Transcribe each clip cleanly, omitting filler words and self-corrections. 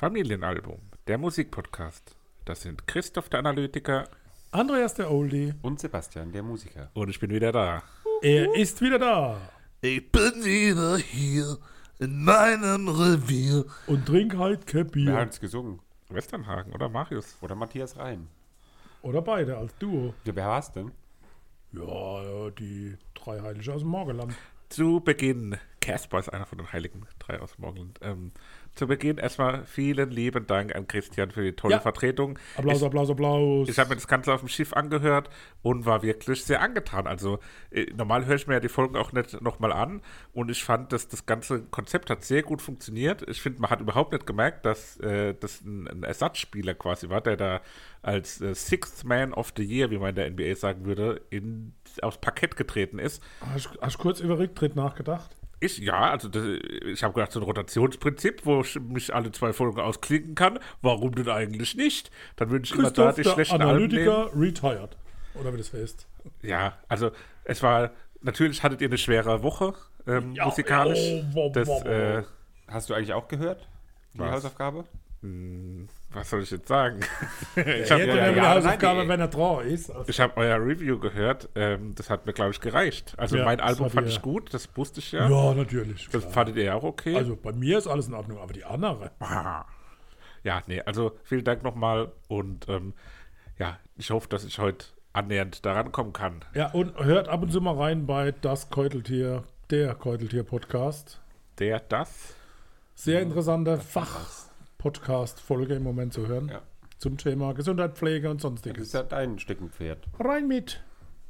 Familienalbum, der Musikpodcast. Das sind Christoph der Analytiker Andreas der Oldie. Und Sebastian, der Musiker. und ich bin wieder da. Er ist wieder da. Ich bin wieder hier in meinem Revier. Und trink halt kein Wer Bier. hat's gesungen? Westernhagen oder Marius? Oder Matthias Reim? Oder beide als Duo. Ja, wer war's denn? Ja, die drei Heilige aus dem Morgenland. Zu Beginn, Casper ist einer von den Heiligen drei aus dem Morgenland. Zu Beginn erstmal vielen lieben Dank an Christian für die tolle Ja. Vertretung. Applaus, Applaus, Applaus. Ich habe mir das Ganze auf dem Schiff angehört und war wirklich sehr angetan. Also normal höre ich mir ja die Folgen auch nicht nochmal an und ich fand, dass das ganze Konzept hat sehr gut funktioniert. Ich finde, man hat überhaupt nicht gemerkt, dass das ein Ersatzspieler quasi war, der da als Sixth Man of the Year, wie man in der NBA sagen würde, aufs Parkett getreten ist. Hast du kurz über Rücktritt nachgedacht? Ich habe gedacht, so ein Rotationsprinzip, wo ich mich alle 2 Folgen ausklinken kann. Warum denn eigentlich nicht? Dann würde ich immer da Christoph, die der schlechten Alben nehmen. Analytiker, retired. Oder wie das heißt. Ja, also es war, natürlich hattet ihr eine schwere Woche musikalisch. Hast du eigentlich auch gehört? Die Was? Hausaufgabe? Was soll ich jetzt sagen? Er hätte ja wieder Hausaufgabe, wenn er dran ist. Also, Ich habe euer Review gehört, das hat mir, glaube ich, gereicht. Also Ja, mein das Album hat fand ihr- ich gut, das wusste ich ja. ja, natürlich. Das klar. fandet ihr ja auch okay. Also bei mir ist alles in Ordnung, aber die andere. Ja, nee, also vielen Dank nochmal und ja, ich hoffe, dass ich heute annähernd daran kommen kann. Ja, und hört ab und zu mal rein bei Das Keuteltier, der Keuteltier-Podcast. Das. Sehr interessante Fach-Podcast-Folge im Moment zu hören. Ja. Zum Thema Gesundheit, Pflege und Das sonstiges. ist ja dein Steckenpferd. Rein mit.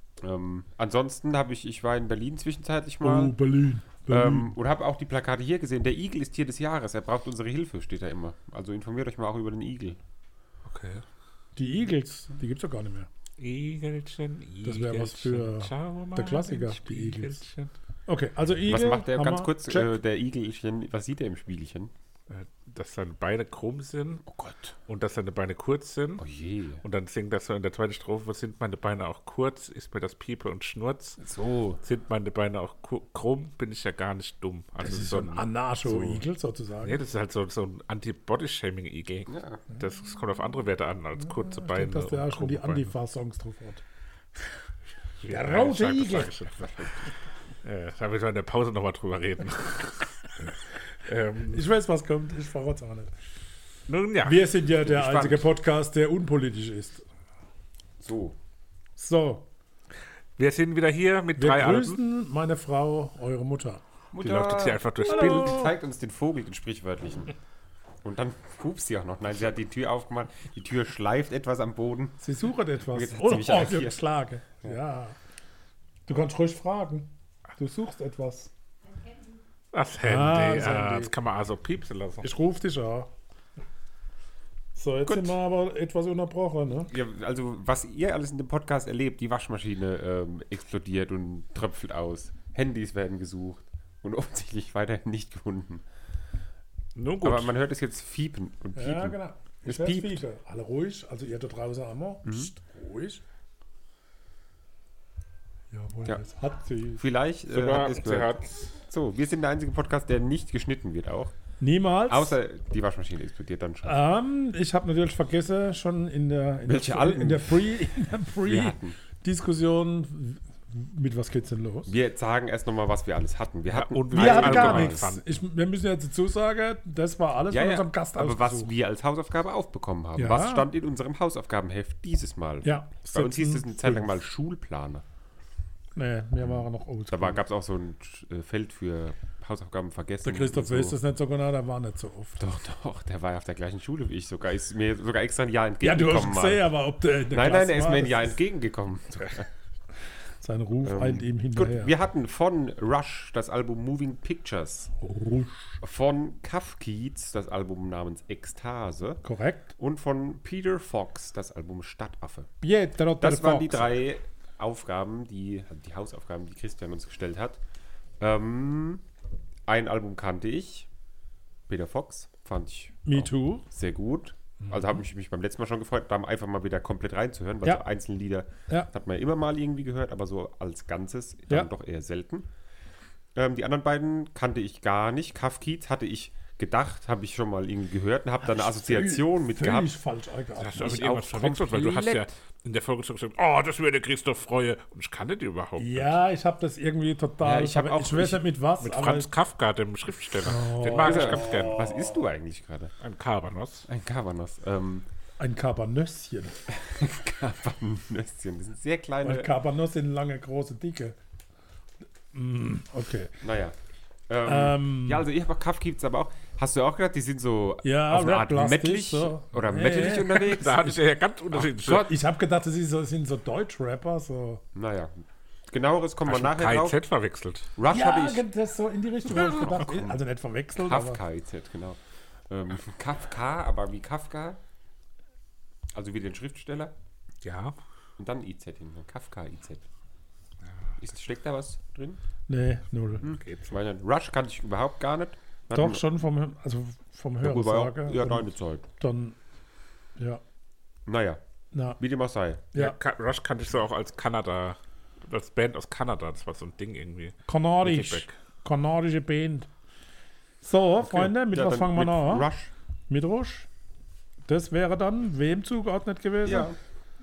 Ansonsten ich war in Berlin zwischenzeitlich Oh, mal Berlin. und habe auch die Plakate hier gesehen. Der Igel ist Tier des Jahres. Er braucht unsere Hilfe, steht da immer. Also informiert euch mal auch über den Igel. Okay. Die Eagles, die gibt es ja gar nicht mehr. Igelchen, Das wäre was für Schau mal der Klassiker, ins die Eagles. Spiegelchen. Okay, also Igel. Was macht der haben ganz wir. kurz, Check. der Igelchen, was sieht er im Spiegelchen? Dass seine Beine krumm sind Oh Gott. und dass seine Beine kurz sind. Oh je. Und dann singt das so in der zweiten Strophe, sind meine Beine auch kurz, ist mir das Piepe und Schnurz. So. Sind meine Beine auch krumm, bin ich ja gar nicht dumm. Also Das ist so ein Anarcho-Igel sozusagen. Nee, das ist halt so ein Anti-Body-Shaming-Igel. Ja. Das kommt auf andere Werte an, als kurze Beine. Ich denke, dass der und auch schon die krumme Beine. Antifa-Songs drauf hat. Ja, Der rote das Igel. sag ich schon. Da müssen wir in der Pause nochmal drüber reden. Ich weiß, was kommt. Ich verrate es auch nicht. Nun ja, Wir sind ja der gespannt. einzige Podcast, der unpolitisch ist. So. So, wir sind wieder hier mit wir 3 Alben. grüßen meine Frau, eure Mutter. Die läuft jetzt hier einfach durchs Hallo. Bild. Zeigt uns den Vogel, den sprichwörtlichen. Und dann pupst sie auch noch. Nein, sie hat die Tür aufgemacht. Die Tür schleift etwas am Boden. Sie suchen etwas. Jetzt hat Oh, sie mich sie attackiert. geschlagen. Ja. Du kannst ruhig fragen. Du suchst etwas. Das Handy, das Handy. das kann man also piepsen lassen. Ich rufe dich an. So, jetzt Gut. sind wir aber etwas unterbrochen, ne? Ja, also, was ihr alles in dem Podcast erlebt, die Waschmaschine explodiert und tröpfelt aus. Handys werden gesucht und offensichtlich weiterhin nicht gefunden. Nun gut. Aber man hört es jetzt fiepen und piepen. Ja, genau. Es Ich werd's piept. piepen. Alle ruhig. Also ihr da draußen einmal. Psst, ruhig. Jawohl, Ja. das hat sie. Vielleicht Sogar, habt ihr es sie gehört. hat So, wir sind der einzige Podcast, der nicht geschnitten wird auch. Niemals. Außer die Waschmaschine explodiert dann schon. Ich habe natürlich vergessen, schon in der Welche Alben? in der Wir hatten. Pre-Diskussion, mit was geht's denn los? Wir sagen erst nochmal, was wir alles hatten. Wir hatten und Wir haben allgemein gar nichts. fanden. Wir müssen jetzt dazu sagen, das war alles von unserem Gast aber was ausgesucht. wir als Hausaufgabe aufbekommen haben. Ja. Was stand in unserem Hausaufgabenheft dieses Mal? Ja, Bei uns hieß es 17, eine Zeit lang mal Schulplaner. Nee, wir waren noch oldschool. Da gab es auch so ein Feld für Hausaufgaben vergessen. Der Christoph und weiß das nicht so genau, der war nicht so oft. Doch, der war ja auf der gleichen Schule wie ich sogar. Ist mir sogar extra ein Jahr Ja, du entgegengekommen. hast gesehen, aber ob der in der Nein, Klasse er ist war, mir ein das Jahr ist- entgegengekommen. Sein Ruf eilt ihm Gut, hinterher. wir hatten von Rush das Album Moving Pictures, Rusch. von Cuff Keats das Album namens Ekstase Korrekt. und von Peter Fox das Album Stadtaffe. Pietro Das del waren die Fox. 3 Aufgaben, die Hausaufgaben, die Christian uns gestellt hat. Ein Album kannte ich, Peter Fox, fand ich Me auch too. sehr gut. Also habe ich mich beim letzten Mal schon gefreut, da einfach mal wieder komplett reinzuhören, weil Ja. so einzelne Lieder Ja. hat man ja immer mal irgendwie gehört, aber so als Ganzes dann Ja. doch eher selten. Die anderen beiden kannte ich gar nicht. Cuff Keats hatte ich gedacht, habe ich schon mal irgendwie gehört und habe da eine Assoziation mit gehabt. Völlig falsch Das hast du eingeordnet. mit Ich irgendwas auch verwechselt, weil du hast ja komplett. in der Folge schon gesagt, oh, das würde Christoph freuen. Und ich kannte die überhaupt nicht. Ja, ich habe das irgendwie total. Ja, ich hab auch- ich weiß nicht mit was, Mit aber Franz Kafka, dem Schriftsteller. Den mag ich ganz gern. Was isst du eigentlich gerade? Ein Kabanos. Ein Cabanos. ein Kabernösschen. Kabernösschen. Das sind sehr Weil kleine. Kabernuss sind lange, große, dicke. Okay. Naja. Ähm, Ja, also ich habe auch Kaff gibt's aber auch. Hast du auch gedacht, die sind so Ja, auf eine Art Rap-lastig, metalig so. oder Nee. metalig unterwegs? Da hatte ich ja ganz unterschiedliche. Gott. Ich habe gedacht, das sind so Deutsch-Rapper. So. Naja. Genaueres kommen wir Hast du nachher drauf. KIZ verwechselt? Rush Ja, habe ich. das so in die Richtung habe ich gedacht. Also nicht verwechselt, aber Kafka IZ, genau. Kafka, aber wie Kafka. Also wie den Schriftsteller. Ja. Und dann IZ hinten. Kafka IZ. Steckt da was drin? nee, null. Ich meine, Rush kannte ich überhaupt gar nicht. Doch, schon vom Hören Ja, deine Zeit. Dann, ja. Naja, Na, wie dem auch sei. Ja. ja. Rush kannte ich so auch als Kanada. Als Band aus Kanada. Das war so ein Ding irgendwie. Kanadisch. Nickelback. Kanadische Band. So, Freunde, mit Ja, was dann fangen wir mit an? Rush. Mit Rush. Das wäre dann wem zugeordnet gewesen? Ja.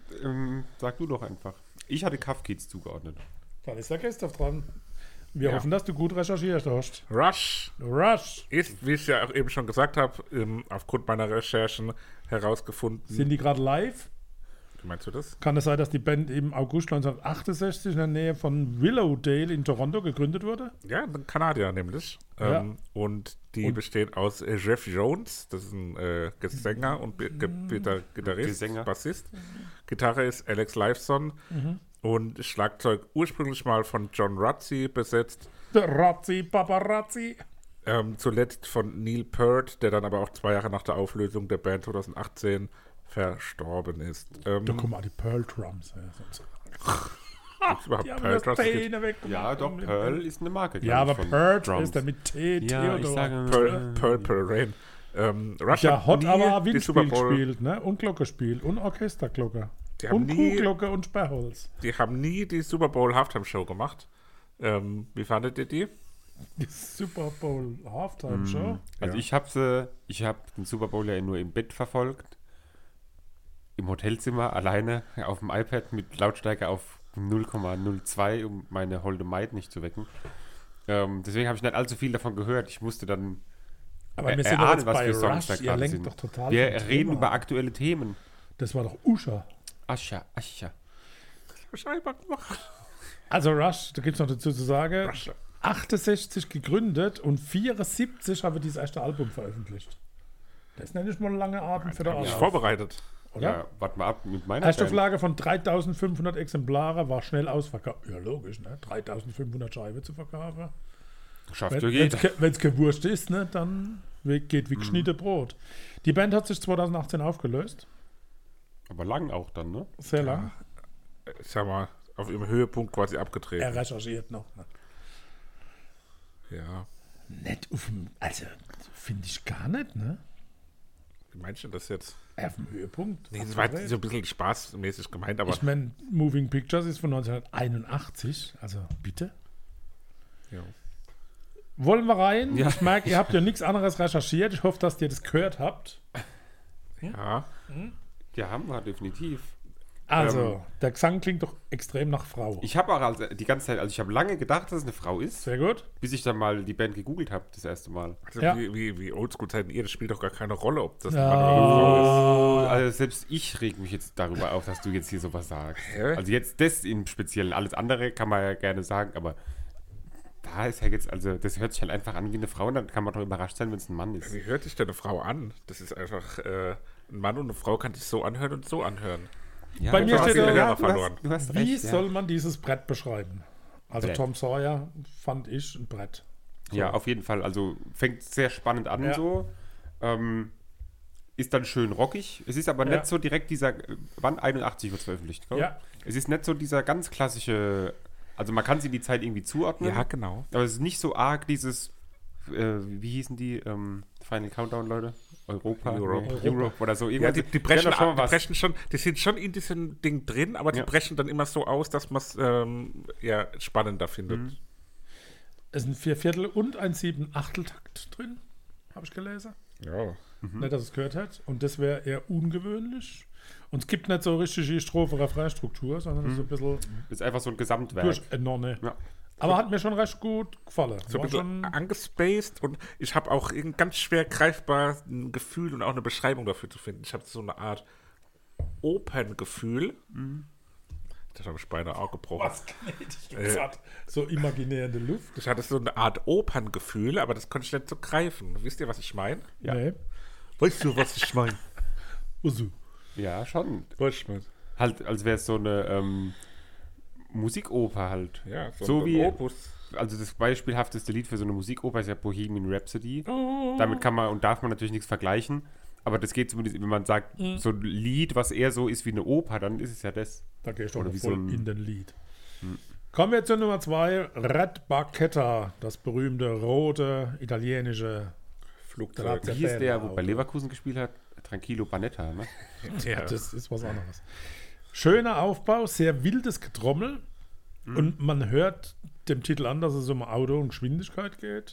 Sag du doch einfach. Ich hatte Kafkiz zugeordnet. Dann ist der Christoph dran. Wir Ja. hoffen, dass du gut recherchiert hast. Rush Rush. ist, wie ich ja auch eben schon gesagt habe, aufgrund meiner Recherchen herausgefunden. Sind die gerade live? Wie meinst du das? Kann es sein, dass die Band im August 1968 in der Nähe von Willowdale in Toronto gegründet wurde? Ja, ein Kanadier nämlich. Ja. Und die besteht aus Jeff Jones, das ist ein Sänger und Gitarrist, Gesänger. Bassist. Gitarre ist Alex Lifeson und Schlagzeug ursprünglich mal von John Rutsey besetzt. Der Razzi, Paparazzi. Zuletzt von Neil Peart, der dann aber auch 2 Jahre nach der Auflösung der Band 2018 verstorben ist. Da kommen auch die Pearl Drums. Ja, Gibt's überhaupt die haben Pearl das Drums? Zähne weggemacht. Ja, doch, Pearl ist eine Marke. Ja, glaub aber ich, von Pearl Drums. ist da mit T, Ja, ich Theodor. sage. Purple Rain. Rush Ja, hat nie aber auch die Super Windspiel Bowl- gespielt, ne? Und Glocke gespielt und Orchesterglocke. Die haben Und nie- Kuhglocke und Sperrholz. Die haben nie die Super Bowl Halftime Show gemacht. Wie fandet ihr die? Die Super Bowl Halftime Show. Also Ja. ich habe den Super Bowl ja nur im Bett verfolgt. Im Hotelzimmer alleine auf dem iPad mit Lautstärke auf 0,02, um meine holde Maid nicht zu wecken. Deswegen habe ich nicht allzu viel davon gehört. Ich musste dann Aber wir sind doch erahnen, jetzt was bei für Songs da Rush. Ihr gerade lenkt sind. doch total Wir vom reden Thema über ab. aktuelle Themen. Das war doch Usha. Ascha, Ascha. Scheinbar gemacht. Also Rush, da gibt es noch dazu zu sagen, Rush. 68 gegründet und 74 haben wir dieses erste Album veröffentlicht. Das nenne ich mal einen langen Atem für den Hab ich Album, vorbereitet. oder? Ja, warte mal ab mit meiner Erstauflage von 3500 Exemplare war schnell ausverkauft. Ja, logisch, ne? 3500 Scheiben zu verkaufen. Schafft ja jeder. Wenn es keine Wurst ist, ne, dann geht wie Mhm. geschnitte Brot. Die Band hat sich 2018 aufgelöst. Aber lang auch dann, ne? Sehr lang. Ich sag mal, auf ihrem Höhepunkt quasi abgetreten. Er recherchiert noch. Ne? Ja. Nicht auf dem, also finde ich gar nicht, ne? Wie meinst du das jetzt? Auf dem Höhepunkt. Nee, das war jetzt so ein bisschen spaßmäßig gemeint, aber Ich meine, Moving Pictures ist von 1981, also bitte. ja. Wollen wir rein? Ja. Ich merke, ihr habt ja nichts anderes recherchiert. Ich hoffe, dass ihr das gehört habt. Ja. Ja, haben wir definitiv. Also, der Gesang klingt doch extrem nach Frau. Ich habe auch die ganze Zeit, also ich habe lange gedacht, dass es eine Frau ist, Sehr gut. bis ich dann mal die Band gegoogelt habe, das erste Mal. Also Ja. wie Oldschool-Zeiten ihr, das spielt doch gar keine Rolle, ob das ein Mann oder eine Frau ist. Also selbst ich reg mich jetzt darüber auf, dass du jetzt hier sowas sagst. Hä? Also jetzt das im Speziellen. Alles andere kann man ja gerne sagen, aber da ist ja jetzt, also das hört sich halt einfach an wie eine Frau und dann kann man doch überrascht sein, wenn es ein Mann ist. Wie hört sich denn eine Frau an? Das ist einfach, ein Mann und eine Frau kann sich so anhören und so anhören. Ja, Bei mir du hast- steht da- ja, verloren. Du hast Wie recht, ja. soll man dieses Brett beschreiben? Also Brett. Tom Sawyer fand ich ein Brett. Ja, auf jeden Fall. Also fängt sehr spannend an Ja. so. Ist dann schön rockig. Es ist aber Ja. nicht so direkt dieser, wann 81 wird es veröffentlicht, gell? Ja. Es ist nicht so dieser ganz klassische, also man kann sie die Zeit irgendwie zuordnen. Ja, genau. Aber es ist nicht so arg dieses, wie hießen die, Final Countdown, Leute? Europa? Europe. Nee, Europe oder so. Ja, Irgendwas. die brechen, schon was. die sind schon in diesem Ding drin, aber die Ja. brechen dann immer so aus, dass man es spannender findet. Mhm. Es sind 4/4 und ein 7/8 Takt drin. habe ich gelesen. Ja. Nicht, dass es gehört hat. Und das wäre eher ungewöhnlich. Und es gibt nicht so richtige Strophe-Refrain-Struktur, sondern es ist ein bisschen Das ist einfach so ein Gesamtwerk. durcheinander. Ja. Aber hat mir schon recht gut gefallen. So ein War bisschen schon, angespaced und ich habe auch ein ganz schwer greifbar ein Gefühl und auch eine Beschreibung dafür zu finden. Ich habe so eine Art Operngefühl. Das habe ich beinahe auch gebrochen. was gnädig gesagt. So imaginär in der Luft. Ich hatte so eine Art Operngefühl, aber das konnte ich nicht so greifen. Wisst ihr, was ich meine? Ja. Nee. Weißt du, was ich meine? Also, Ja, schon. Weißt du, Halt, als wäre es so eine Musikoper halt. ja, So ein wie- Opus. Also das beispielhafteste Lied für so eine Musikoper ist ja Bohemian Rhapsody. Oh. Damit kann man und darf man natürlich nichts vergleichen. Aber das geht zumindest, wenn man sagt, so ein Lied, was eher so ist wie eine Oper, dann ist es ja das. da gehe ich doch Oder mal wie voll so ein- in den Lied. Kommen wir zur Nummer 2. Red Barchetta, das berühmte rote italienische Flugzeug. Der Wie hieß der, wo Band- bei Leverkusen gespielt hat? Tranquillo Banetta, ne? Ja. Das ist was anderes. Schöner Aufbau, sehr wildes Getrommel. Und man hört dem Titel an, dass es um Auto und Geschwindigkeit geht.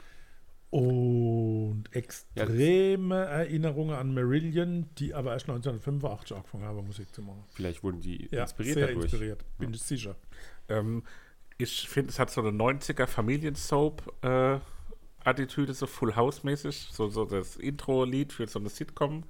Und extreme Erinnerungen an Marillion, die aber erst 1985 angefangen haben, Musik zu machen. Vielleicht wurden die Ja, inspiriert sehr dadurch. inspiriert, bin ich sicher. Ich finde, es hat so eine 90er Familiensoap-Attitüde, so Full House-mäßig. So das Intro-Lied für so eine Sitcom.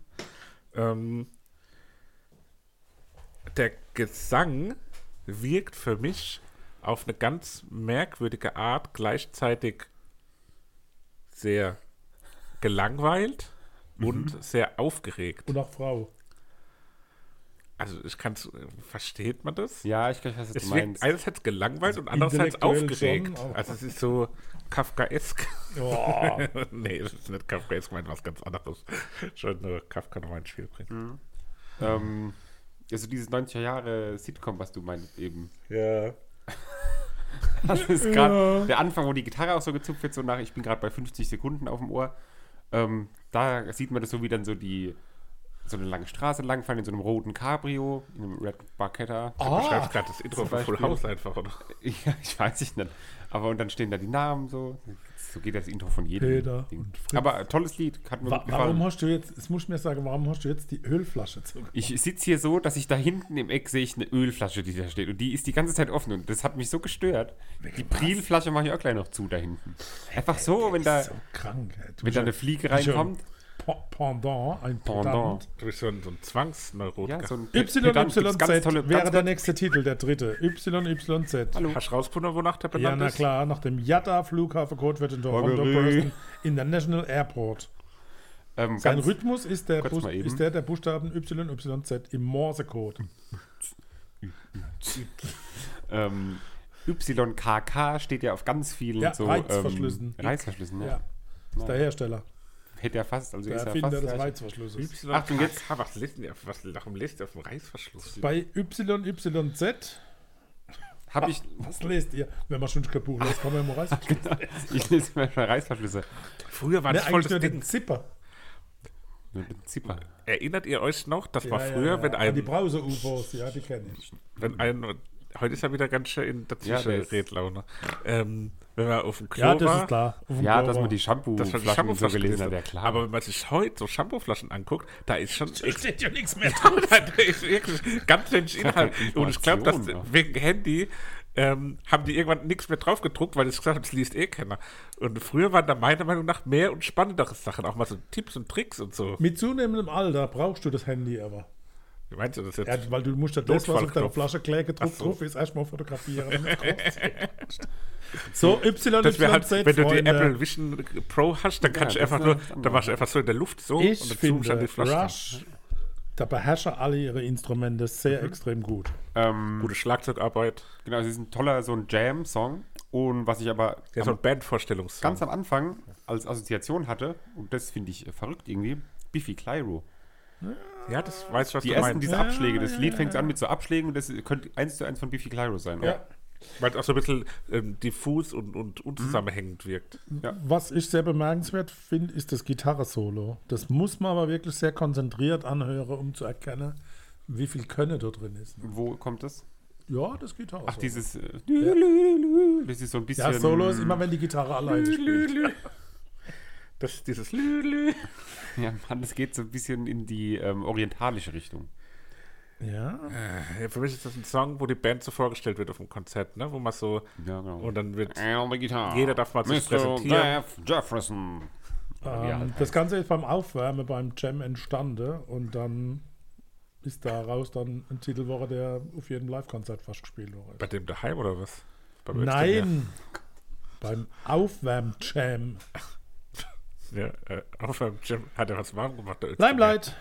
Der Gesang wirkt für mich auf eine ganz merkwürdige Art gleichzeitig sehr gelangweilt und sehr aufgeregt. Und auch Frau. Also ich kann es, versteht man das? Ja, ich glaube, was du Es meinst. wirkt einerseits gelangweilt und andererseits Intellektuell aufgeregt. schon, auch. Also es ist so Kafkaesk. Oh, Nee, das ist nicht Kafkaesk, ich meine was ganz anderes. Schon nur Kafka nochmal ins Spiel bringen. Also dieses 90er Jahre Sitcom, was du meinst eben. Ja. Das ist gerade der Anfang, wo die Gitarre auch so gezupft wird, so nach, ich bin gerade bei 50 Sekunden auf dem Ohr. Da sieht man das so, wie dann so eine lange Straße langfahren in so einem roten Cabrio, in einem Red Barchetta. Du beschreibst gerade das Intro zum von Full Beispiel. House einfach, oder? Ja, ich weiß ich nicht. Aber und dann stehen da die Namen so. So geht das Intro von jedem Peter Ding. und Fritz. Aber tolles Lied, hat mir gut gefallen. warum hast du jetzt, das muss ich mir sagen, warum hast du jetzt die Ölflasche zu? Ich sitze hier so, dass ich da hinten im Eck sehe ich eine Ölflasche, die da steht. Und die ist die ganze Zeit offen. Und das hat mich so gestört. Die Priel-Flasche mache ich auch gleich noch zu da hinten. Einfach so, wenn da, So krank. Ey. Du wenn da eine bist Fliege ja- reinkommt. Pendant, ein Pendant. Pendant. Du bist so ein Zwangsneurot. Ja, so ein YYZ Pedant, ganz tolle, wäre ganz der gut- nächste Titel, der dritte. YYZ. Hallo. Hast du rausgefunden, wonach der Ja, benannt na ist? klar, nach dem Yada-Flughafencode wird in Toronto Marguerite. Person International Airport. Sein ganz, Rhythmus ist der, kurz mal eben. der Buchstaben YYZ im Morsecode. YKK steht ja auf ganz vielen Ja, so Reißverschlüssen. Reißverschlüssen, ja. Ja, ist der Hersteller, Hätte ja fast, also der ist ja Erfinder fast des gleich. Reizverschlusses. Achtung, jetzt. Was lest ihr, warum lest ihr auf dem Reißverschluss? Bei YYZ, Habe ich, was lest ihr? Wenn man schon kein Buch liest, kann man immer Reißverschluss. ich lese manchmal Reißverschlüsse. Früher war Ne, das voll eigentlich nur das den Ding. Zipper. Mit dem Zipper. Erinnert ihr euch noch, dass man früher, wenn An die ein, Browser-UFOs, ja, die kenne ich. heute ist er wieder ganz schön in der Ja, der ist- Zwischenredlaune. Wenn man auf dem Klo Ja, das war, ist klar. Auf dem Ja, Klo dass war. man die dass man die Shampoo-Flaschen so Shampooflaschen gelesen gelesen hat, ja klar. Aber wenn man sich heute so Shampooflaschen anguckt, da ist schon Da steht ja nichts mehr drauf. da ist wirklich ganz wenig Inhalt. Und ich glaube, dass Information auch. wegen Handy haben die irgendwann nichts mehr drauf gedruckt, weil ich gesagt habe, das liest eh keiner. Und früher waren da meiner Meinung nach mehr und spannendere Sachen, auch mal so Tipps und Tricks und so. Mit zunehmendem Alter brauchst du das Handy aber. Wie meinst du das jetzt? Ja, weil du musst ja das, was auf deiner Notfallknopf. Flasche klar gedruckt Ach so. drauf ist, erstmal fotografieren. damit es rausziehst. So, YYZ, Das wäre halt, wenn du die Freunde. Apple Vision Pro hast, dann kannst du das einfach ist nur, was anderes. dann machst du einfach so in der Luft so Ich und dann zoomst finde, du an die Flasche ran. Rush, da beherrschen alle ihre Instrumente sehr extrem gut. Gute Schlagzeugarbeit. Genau, es ist ein toller, so ein Jam-Song. Und was ich aber Ja, so ein Bandvorstellungssong. ganz am Anfang als Assoziation hatte, und das finde ich verrückt irgendwie, Biffy Clyro. Ja, das weiß ich, was Die du ersten, meinst. diese Abschläge, das Lied fängt so an mit so Abschlägen und das könnte 1:1 von Biffy Clyro sein. Ja. Weil es auch so ein bisschen diffus und unzusammenhängend wirkt. Was ich sehr bemerkenswert finde, ist das Gitarre-Solo. Das muss man aber wirklich sehr konzentriert anhören, um zu erkennen, wie viel Könne da drin ist. Wo kommt das? Ja, das Gitarre. Ach, dieses. Das ist so ein bisschen. Ja, Solo ist immer, wenn die Gitarre alleine spielt. Das ist dieses Lülü. Ja, Mann, das geht so ein bisschen in die orientalische Richtung. Ja. Für mich ist das ein Song, wo die Band so vorgestellt wird auf dem Konzert, ne? Wo man so, Ja, genau. und dann wird, On the guitar. jeder darf mal sich Mr. präsentieren. Dave Jefferson. Das Ganze ist beim Aufwärmen, beim Jam entstanden und dann ist daraus dann ein Titelwoche, der auf jedem Live-Konzert fast gespielt wurde. Bei dem daheim oder was? Beim Nein! Beim Aufwärm-Jam. Ja, auf dem Gym hat er was warm gemacht. Der Limelight!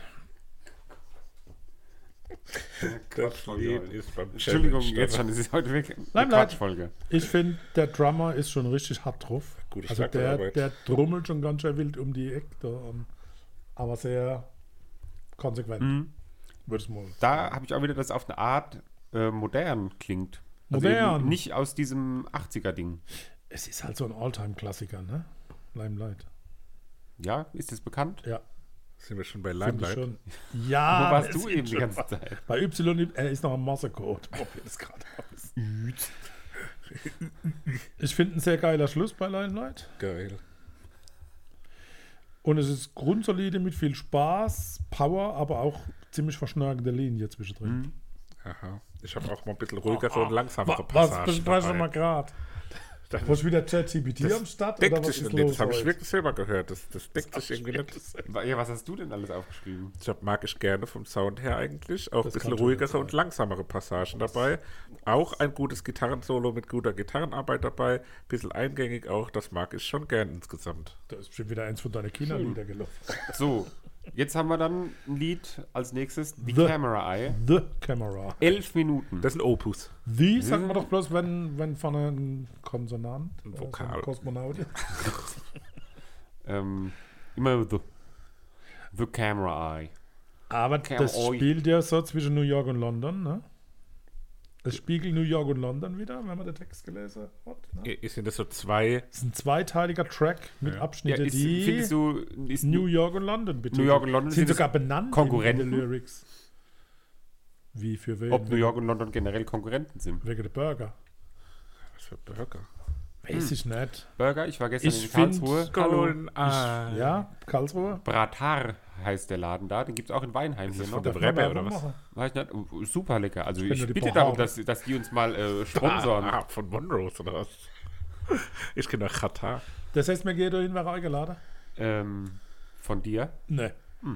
Das Lied ist beim Gym Entschuldigung, entstanden. jetzt schon, es ist heute wirklich eine Limelight. Quatschfolge. Ich finde, der Drummer ist schon richtig hart drauf. Gute Also Schlagzeugarbeit. der trommelt schon ganz schön wild um die Ecke. Aber sehr konsequent. Würde ich mal Da habe ich auch wieder, dass es auf eine Art modern klingt. Also Modern. eben nicht aus diesem 80er-Ding. Es ist halt so ein Alltime-Klassiker, ne? Limelight. Ja, ist das bekannt? Ja, Sind wir schon bei finde ich Limelight? schon. Wo Ja, warst es du ist eben die schon ganze Zeit? bei Y, er ist noch am Massacode. Probier das gerade aus. Ich finde ein sehr geiler Schluss bei Limelight. Geil. Und es ist grundsolide mit viel Spaß, Power, aber auch ziemlich verschnörkende Linie zwischendrin. Aha. Ich habe auch mal ein bisschen ruhigere und langsamere Was Passagen besprechen wir dabei. gerade? Wo ist wieder ChatGPT am Start? Deckt Oder was sich ist nicht, los das habe ich heute? wirklich selber gehört. Das deckt sich irgendwie nicht. Ja, was hast du denn alles aufgeschrieben? Deshalb mag ich gerne vom Sound her eigentlich auch ein Das bisschen kann schon ruhigere nicht sein. und langsamere Passagen dabei. Auch ein gutes Gitarrensolo mit guter Gitarrenarbeit dabei. Ein bisschen eingängig auch, das mag ich schon gern insgesamt. Da ist bestimmt wieder eins von deinen Kinderlieder gelaufen. So, jetzt haben wir dann ein Lied als nächstes, The The- Camera Eye. The Camera. 11 Minuten. Das ist ein Opus. The sagt man doch bloß, wenn vorne ein Konsonant, Ein Vokal. so ein Kosmonaut ist. Immer The Camera Eye. Aber Camera das Eye. spielt ja so zwischen New York und London, ne? Es spiegelt New York und London wieder, wenn man den Text gelesen hat. Ne? Sind das so zwei? Es ist ein zweiteiliger Track mit Ja. Ja, Abschnitten, ist, die findest du, ist New York und London betiteln. New York und London sind sind sogar benannt Konkurrenten? in den Lyrics. Wie für wen? ob New York und London generell Konkurrenten sind? Wegen der Burger. Was für Burger? Weiß ich nicht. Burger, ich war gestern Ich in Karlsruhe. find- Hallo. Golden Eye. Ja, Karlsruhe. Bratar heißt der Laden da. Den gibt es auch in Weinheim hier das noch. von der Darf man Rebbe Werbung oder was? machen? Weiß ich nicht. Super lecker. Also kenn ich nur die bitte Bochauer. darum, dass die uns mal sponsoren. Von Monrose oder was? Ich kenne noch Katar. Das heißt, mir geht dahin, wer eingeladen? Von dir. Ne.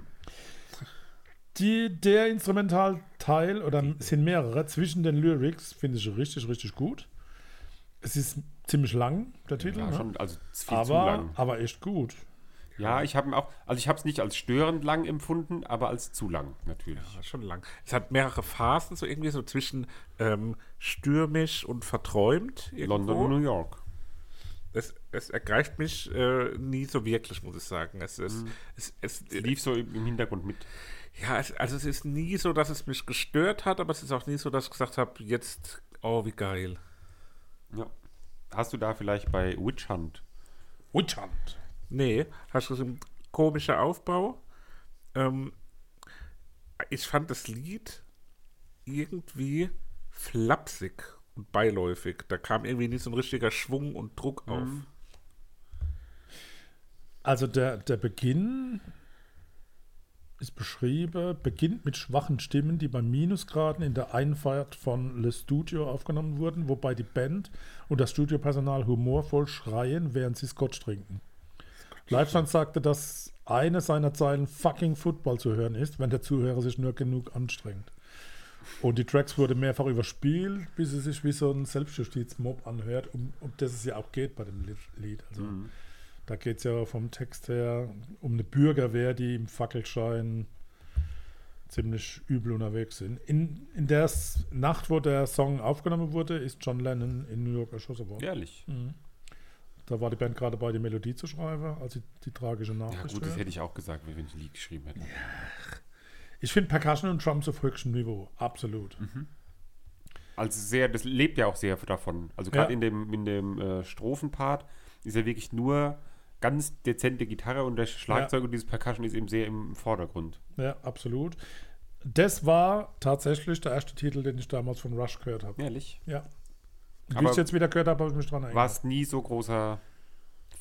Der Instrumentalteil, oder es sind mehrere, zwischen den Lyrics, finde ich richtig, richtig gut. Es ist ziemlich lang, der Titel, Ja, ne? schon, also viel zu lang. aber echt gut. Ja, ich habe auch, also ich habe es nicht als störend lang empfunden, aber als zu lang natürlich. Das ist schon lang. Es hat mehrere Phasen, so irgendwie so zwischen stürmisch und verträumt. Irgendwo. London und New York. Es ergreift mich nie so wirklich, muss ich sagen. Es Lief so im Hintergrund mit. ja, also es ist nie so, dass es mich gestört hat, aber es ist auch nie so, dass ich gesagt habe, jetzt, oh, wie geil. Ja. Hast du da vielleicht bei Witch Hunt? Witch Hunt. Nee, hast du so einen komischen Aufbau. Ich fand das Lied irgendwie flapsig und beiläufig. Da kam irgendwie nicht so ein richtiger Schwung und Druck auf. Also der Beginn ist beschrieben, beginnt mit schwachen Stimmen, die bei Minusgraden in der Einfahrt von Le Studio aufgenommen wurden, wobei die Band und das Studiopersonal humorvoll schreien, während sie Scotch trinken. Livestand sagte, dass eine seiner Zeilen fucking Football zu hören ist, wenn der Zuhörer sich nur genug anstrengt. Und die Tracks wurde mehrfach überspielt, bis es sich wie so ein Selbstjustizmob anhört, um das es ja auch geht bei dem Lied. Also da geht es ja vom Text her um eine Bürgerwehr, die im Fackelschein ziemlich übel unterwegs sind. In der Nacht, wo der Song aufgenommen wurde, ist John Lennon in New York erschossen worden. Ehrlich. Da war die Band gerade bei, die Melodie zu schreiben, also die tragische Ja Nachricht. gut, das hört. hätte ich auch gesagt, wenn ich ein Lied geschrieben hätte. Ich finde Percussion und Drums auf höchstem Niveau, absolut. Also das lebt ja auch sehr davon. Also gerade Ja. in dem Strophenpart ist ja wirklich nur ganz dezente Gitarre und das Schlagzeug und dieses Percussion ist eben sehr im Vordergrund. Ja, absolut. Das war tatsächlich der erste Titel, den ich damals von Rush gehört habe. Ehrlich. Ja. Wie Aber ich jetzt wieder gehört habe, habe ich mich dran War erinnert. es nie so großer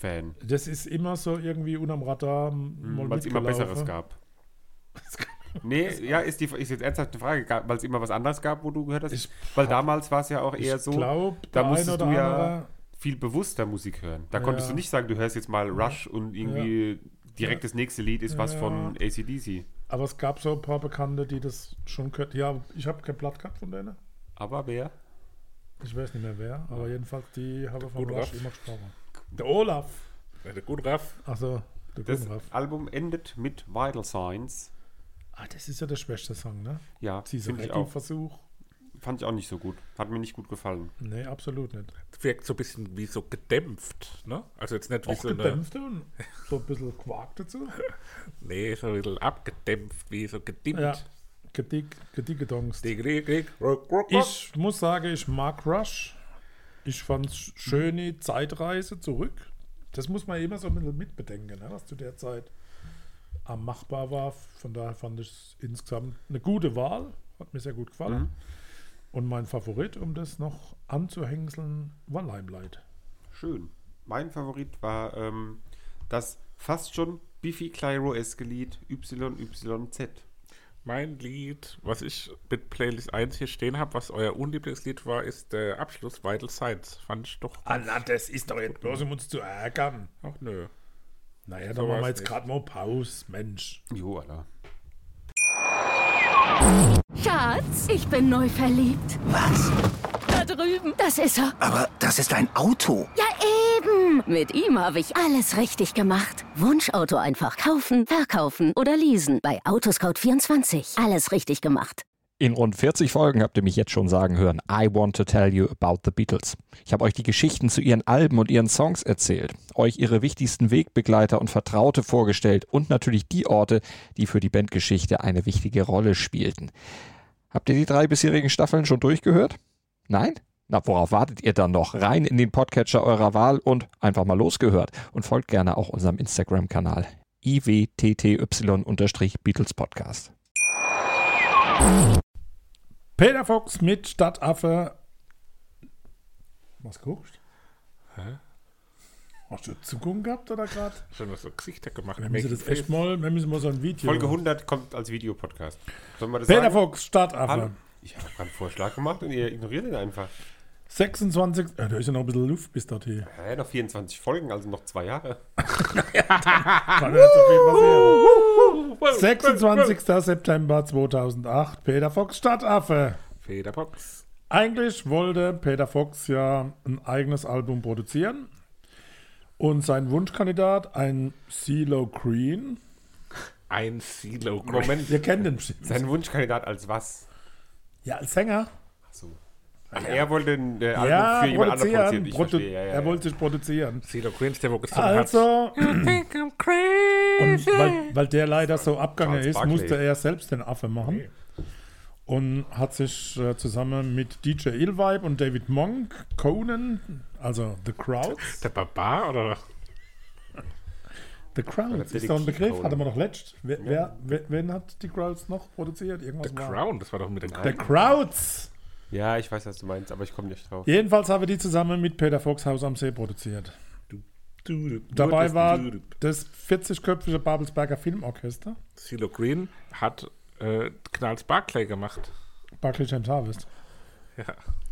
Fan. Das ist immer so irgendwie unterm Radar Weil es immer Besseres gab. Nee, ja, ist jetzt ernsthaft eine Frage, weil es immer was anderes gab, wo du gehört hast? Weil damals war es ja auch eher so, da musstest du ja viel bewusster Musik hören. Da konntest du nicht sagen, du hörst jetzt mal Rush und irgendwie direkt das nächste Lied ist was von AC/DC. Aber es gab so ein paar Bekannte, die das schon können. Ja, ich habe kein Blatt gehabt von denen. Aber wer? Ich weiß nicht mehr wer, aber jedenfalls die habe von Gut Rush Raff. immer gesprochen. Der Olaf. Ja, der gute Raff. Achso, der Das gute Raff. Album endet mit Vital Signs. Das ist ja der schwächste Song, ne? Ja, Dieser finde ich auch. Versuch. Fand ich auch nicht so gut. Hat mir nicht gut gefallen. Nee, absolut nicht. Wirkt so ein bisschen wie so gedämpft, ne? Also jetzt nicht wie Auch so eine... gedämpfte und so ein bisschen Quark dazu. Nee, so ein bisschen abgedämpft, wie so gedimmt. Ja, gediggedongst. Ich Ich muss sagen, ich mag Rush. Ich fand es schöne Zeitreise zurück. Das muss man immer so ein bisschen mitbedenken, ne, was zu der Zeit am machbar war. Von daher fand ich es insgesamt eine gute Wahl. Hat mir sehr gut gefallen. Und mein Favorit, um das noch anzuhängseln, war Limelight. Schön. Mein Favorit war das fast schon Biffy Clyro-eske Lied YYZ. Mein Lied, was ich mit Playlist 1 hier stehen habe, was euer Unlieblingslied war, ist der Abschluss Vital Signs. Fand ich doch... Na, das ist doch jetzt bloß, um uns zu ärgern. Ach nö. Naja, So dann machen wir war's jetzt nicht. gerade mal Pause, Mensch. Jo, Alter. Schatz, ich bin neu verliebt. Was? Da drüben. Das ist er. Aber das ist ein Auto. Ja, eben. Mit ihm habe ich alles richtig gemacht. Wunschauto einfach kaufen, verkaufen oder leasen. Bei Autoscout24. Alles richtig gemacht. In rund 40 Folgen habt ihr mich jetzt schon sagen hören, I want to tell you about the Beatles. Ich habe euch die Geschichten zu ihren Alben und ihren Songs erzählt, euch ihre wichtigsten Wegbegleiter und Vertraute vorgestellt und natürlich die Orte, die für die Bandgeschichte eine wichtige Rolle spielten. Habt ihr die 3 bisherigen Staffeln schon durchgehört? Nein? Na, worauf wartet ihr dann noch? Rein in den Podcatcher eurer Wahl und einfach mal losgehört. Und folgt gerne auch unserem Instagram-Kanal iwtty_Beatles Podcast. Peter Fox mit Stadtaffe. Was guckst? Hä? Hast du Zuckung gehabt oder gerade? Schon was so Gesichter gemacht. Wir müssen das echt mal, wir müssen mal so ein Video. Folge 100 kommt als Videopodcast. Sollen wir das Peter sagen? Fox, Stadtaffe. Hallo. Ich habe gerade einen Vorschlag gemacht und ihr ignoriert ihn einfach. 26. Da ist ja noch ein bisschen Luft bis dorthin. Ja, noch 24 Folgen, also noch 2 Jahre. Kann nicht so viel passieren. 26. September 2008. Peter Fox, Stadtaffe. Federbox. Eigentlich wollte Peter Fox ja ein eigenes Album produzieren. Und sein Wunschkandidat, ein CeeLo Green. Ein Silo. Moment, Ihr kennt den bestimmt. sein Wunschkandidat als was? Ja, als Sänger. Achso. Er wollte ein Album Ja, für jemand anderen produzieren. produzieren. Ich verstehe, ja, Er wollte sich produzieren. Silo Green ist der, wo gesungen hat. Also, Think I'm crazy. und weil der leider so abgegangen Charles ist, Barkley. musste er selbst den Affe machen. Und hat sich zusammen mit DJ Illvibe und David Monk, Conan, also The Crowds. Der Barbar oder? The Crowds der ist doch ein Begriff, Conan. hatten wir doch letzt. Wen hat die Crowds noch produziert? Irgendwas The war. Crown, das war doch mit den The Crowds! Ja, ich weiß, was du meinst, aber ich komme nicht drauf. Jedenfalls haben wir die zusammen mit Peter Fox Haus am See produziert. Dabei war das 40-köpfige Babelsberger Filmorchester. Silo Green hat Knalls Barclay gemacht. Barclay James Harvest. Ja.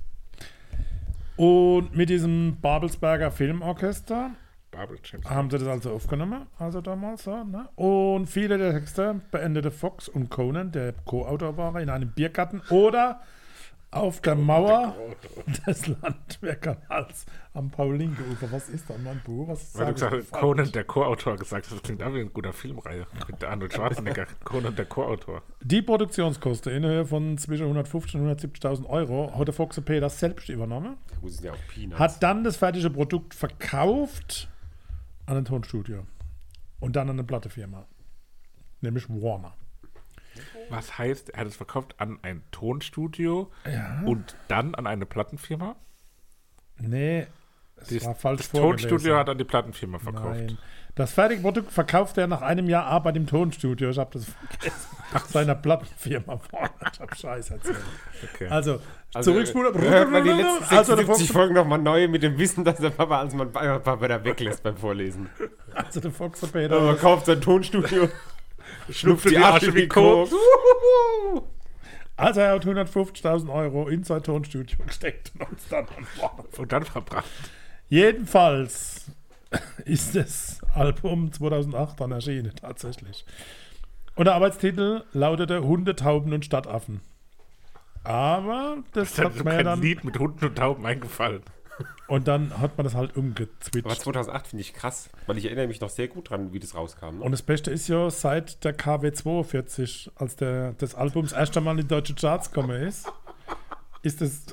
Und mit diesem Babelsberger Filmorchester Babel James. haben sie das also aufgenommen, also damals so, ne? Und viele der Texte beendete Fox und Conan, der Co-Autor war, in einem Biergarten oder auf der Mauer des Landwehrkanals am Paul-Linke-Ufer. Was ist da, mein Buch? Was Weil du sag gesagt ich? hast, Conan, der Co-Autor, gesagt hast, das klingt auch wie eine gute Filmreihe. Mit der Arnold Schwarzenegger. Conan, der Co-Autor. Die Produktionskosten in Höhe von zwischen 150.000 und 170.000 Euro hat der Fox und Peter selbst übernommen. Gut, sind ja auch Peanuts. Hat dann das fertige Produkt verkauft an ein Tonstudio und dann an eine Plattefirma, nämlich Warner. Was heißt, er hat es verkauft an ein Tonstudio und dann an eine Plattenfirma? Nee, es war falsch Das vorgelesen. Tonstudio hat an die Plattenfirma verkauft. Nein. Das fertige Produkt verkaufte er nach einem Jahr Arbeit im Tonstudio. Ich habe das vergessen. seiner Plattenfirma vorne. Ich hab Scheiß erzählt. Okay. Also Also, zurückspulen. hört man die letzten Also der 76 Fox, Folgen nochmal neu mit dem Wissen, dass der Papa als man Papa da weglässt beim Vorlesen. also der Fox und Man Peter. kauft sein Tonstudio, Schnupft die Asche wie Koks. Also er hat 150.000 € in sein Tonstudio gesteckt und uns dann an Bord. Und dann verbrannt. Jedenfalls ist das Album 2008 dann erschienen, tatsächlich. Und der Arbeitstitel lautete Hunde, Tauben und Stadtaffen. Aber das Das hat ist mir ja kein dann... Lied mit Hunden und Tauben eingefallen. Und dann hat man das halt Aber umgezwitscht. 2008 finde ich krass, weil ich erinnere mich noch sehr gut dran, wie das rauskam. Ne? Und das Beste ist ja, seit der KW 42, als das Album das erste Mal in die deutschen Charts gekommen ist das...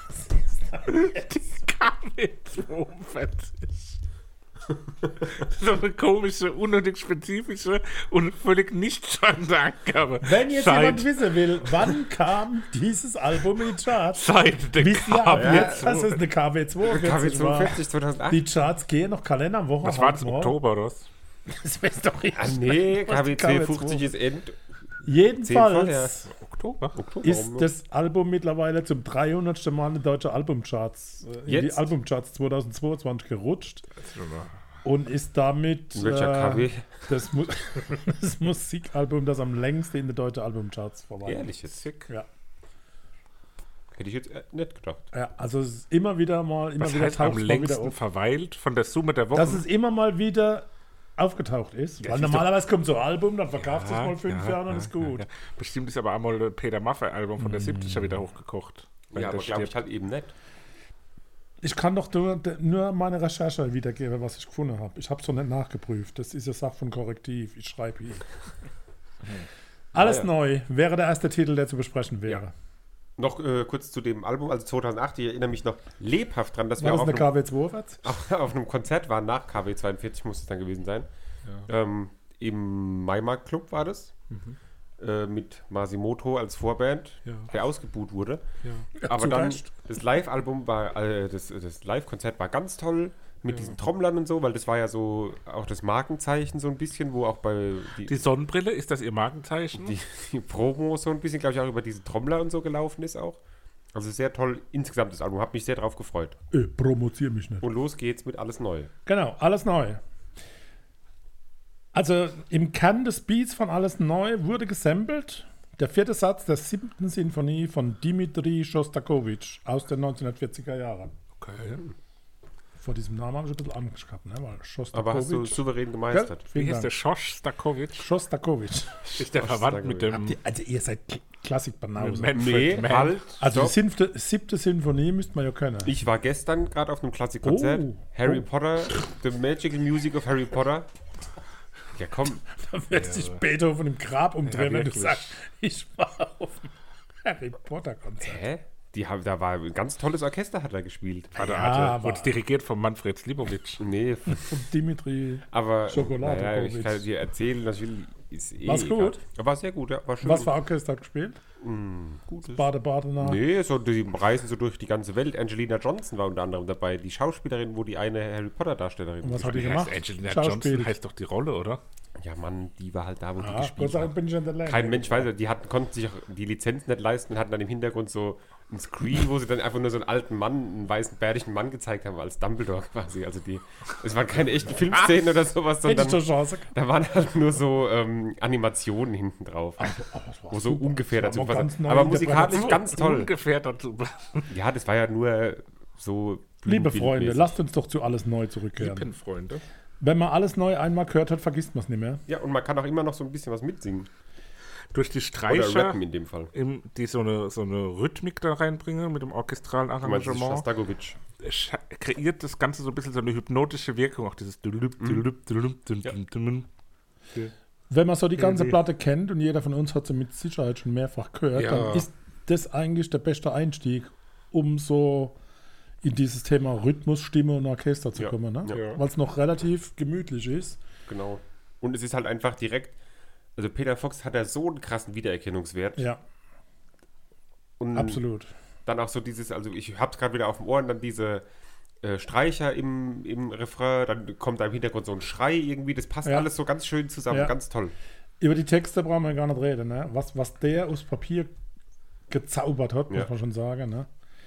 KW 42. So eine komische, unnötig spezifische und völlig nichtssagende Angabe. Wenn jetzt Seit- jemand wissen will, wann kam dieses Album in die Charts, Seit der wisst ihr ab KW jetzt, dass es eine KW 42 KW war. 42 2008? Die Charts gehen noch Kalenderwoche. Was war das, Oktober oder was? Das weiß doch nicht. Ah nee, Was die KW 50 ist End. Jedenfalls Oktober? Oktober. ist das Album mittlerweile zum 300. Mal in die deutsche Albumcharts, in die Jetzt? Albumcharts 2022 gerutscht und ist damit In welcher KW? das, das Musikalbum, das am längsten in die deutsche Albumcharts verweilt. Ehrlich jetzt? Ja. Hätte ich jetzt nicht gedacht. Ja, also es ist immer wieder mal, immer Was wieder heißt am taucht es mal wieder längsten auf. verweilt von der Summe der Wochen? Dass es immer mal wieder aufgetaucht ist. Ja, Weil es ist normalerweise kommt so ein Album, dann verkauft es Ja, mal 5 Jahre und ist gut. ja. Bestimmt ist aber einmal ein Peter Maffay-Album von der 70er wieder hochgekocht. Wenn Ja, aber das glaube ich stirbt. halt eben nicht. Ich kann doch nur meine Recherche wiedergeben, was ich gefunden habe. Ich habe es noch nicht nachgeprüft. Das ist ja Sache von Korrektiv. Ich schreibe hier. Alles Ja. neu wäre der erste Titel, der zu besprechen wäre. Noch kurz zu dem Album, also 2008, ich erinnere mich noch lebhaft dran, dass War wir das auch eine auf einem, KW 42? auf einem Konzert waren, nach KW 42 muss es dann gewesen sein. Im Maimarkt Club war das. Mit Masimoto als Vorband, Ja. der ausgebuht wurde. Ja. Aber zu dann, Recht. das Live-Album war, das Live-Konzert war ganz toll mit diesen Trommlern und so, weil das war ja so auch das Markenzeichen so ein bisschen, wo auch bei Die Sonnenbrille, ist das ihr Markenzeichen? die Promo so ein bisschen, glaube ich, auch über diese Trommler und so gelaufen ist auch. Also sehr toll insgesamt das Album, habe mich sehr drauf gefreut. Promoziere mich nicht. Und los geht's mit Alles Neu. Genau, alles neu. Also im Kern des Beats von Alles Neu wurde gesampelt der 4. Satz der 7. Sinfonie von Dmitri Schostakowitsch aus den 1940er Jahren. Okay. Vor diesem Namen habe ich ein bisschen Angst gehabt, ne? Weil Aber hast du Schostakowitsch. souverän gemeistert. Wie Vielen hieß der? Dank. Schostakowitsch? Schostakowitsch. Ist der verwandt mit dem Also ihr seid Klassikbanause. Manfred Nee, Mann? halt. Also stopp. die 7. Sinfonie müsste man ja können. Ich war gestern gerade auf einem Klassikkonzert. Oh. Harry Oh. Potter, The Magical Music of Harry Potter. Ja, komm. Da wird sich Beethoven im Grab umdrehen, Ja, wenn du wirklich. sagst, ich war auf dem Harry Potter Konzert. Hä? Da war ein ganz tolles Orchester, hat er gespielt. Warte, aber- wurde dirigiert von Manfred Slivovich. Nee, Und Dimitri. aber Schokolade, naja, ich Kovic. kann dir erzählen, natürlich ist War's egal. gut? War sehr gut, ja. War schön. Was für Orchester hat gespielt? Gutes. Bade nach. Nee, so, die reisen so durch die ganze Welt. Angelina Johnson war unter anderem dabei, die Schauspielerin, wo die eine Harry Potter Darstellerin Und was hat die Wie gemacht? heißt Angelina Schauspiel. Johnson heißt doch die Rolle, oder? Ja, Mann, die war halt da, wo die Ah, Gott gespielt sei Dank hat. bin ich an der Länge. Kein Mensch weiß, konnten sich auch die Lizenz nicht leisten und hatten dann im Hintergrund so ein Screen, wo sie dann einfach nur so einen alten Mann, einen weißen, bärtigen Mann gezeigt haben, als Dumbledore quasi. Also es waren keine echten Filmszenen oder sowas, Hätte ich sondern doch Chance. da waren halt nur so Animationen hinten drauf. Wo so ungefähr Das dazu war mal ganz passt. neue Aber musikalisch Interpretation. ganz toll. Ungefähr dazu. Ja, das war ja nur so. Liebe Freunde, bühnenbildmäßig. lasst uns doch zu Alles Neu zurückkehren. Freunde. Wenn man Alles Neu einmal gehört hat, vergisst man es nicht mehr. Ja, und man kann auch immer noch so ein bisschen was mitsingen. Durch die Oder Streicher, rappen in dem Fall. die so eine Rhythmik da reinbringen mit dem orchestralen Du meinst das Arrangement, Schostakowitsch. kreiert das Ganze so ein bisschen so eine hypnotische Wirkung. Auch dieses Wenn man so die ganze Irgendwie. Platte kennt, und jeder von uns hat sie mit Sicherheit schon mehrfach gehört, Ja. dann ist das eigentlich der beste Einstieg, um so in dieses Thema Rhythmus, Stimme und Orchester zu Ja. kommen. Ne? Ja. Weil es noch relativ gemütlich ist. Genau. Und es ist halt einfach direkt. Also Peter Fox hat ja so einen krassen Wiedererkennungswert. Ja, Und absolut. dann auch so dieses, also ich hab's gerade wieder auf dem Ohr und dann diese Streicher im Refrain, dann kommt da im Hintergrund so ein Schrei irgendwie, das passt Ja. alles so ganz schön zusammen, Ja. ganz toll. Über die Texte brauchen wir gar nicht reden, ne? Was der aus Papier gezaubert hat, muss man schon sagen, ne?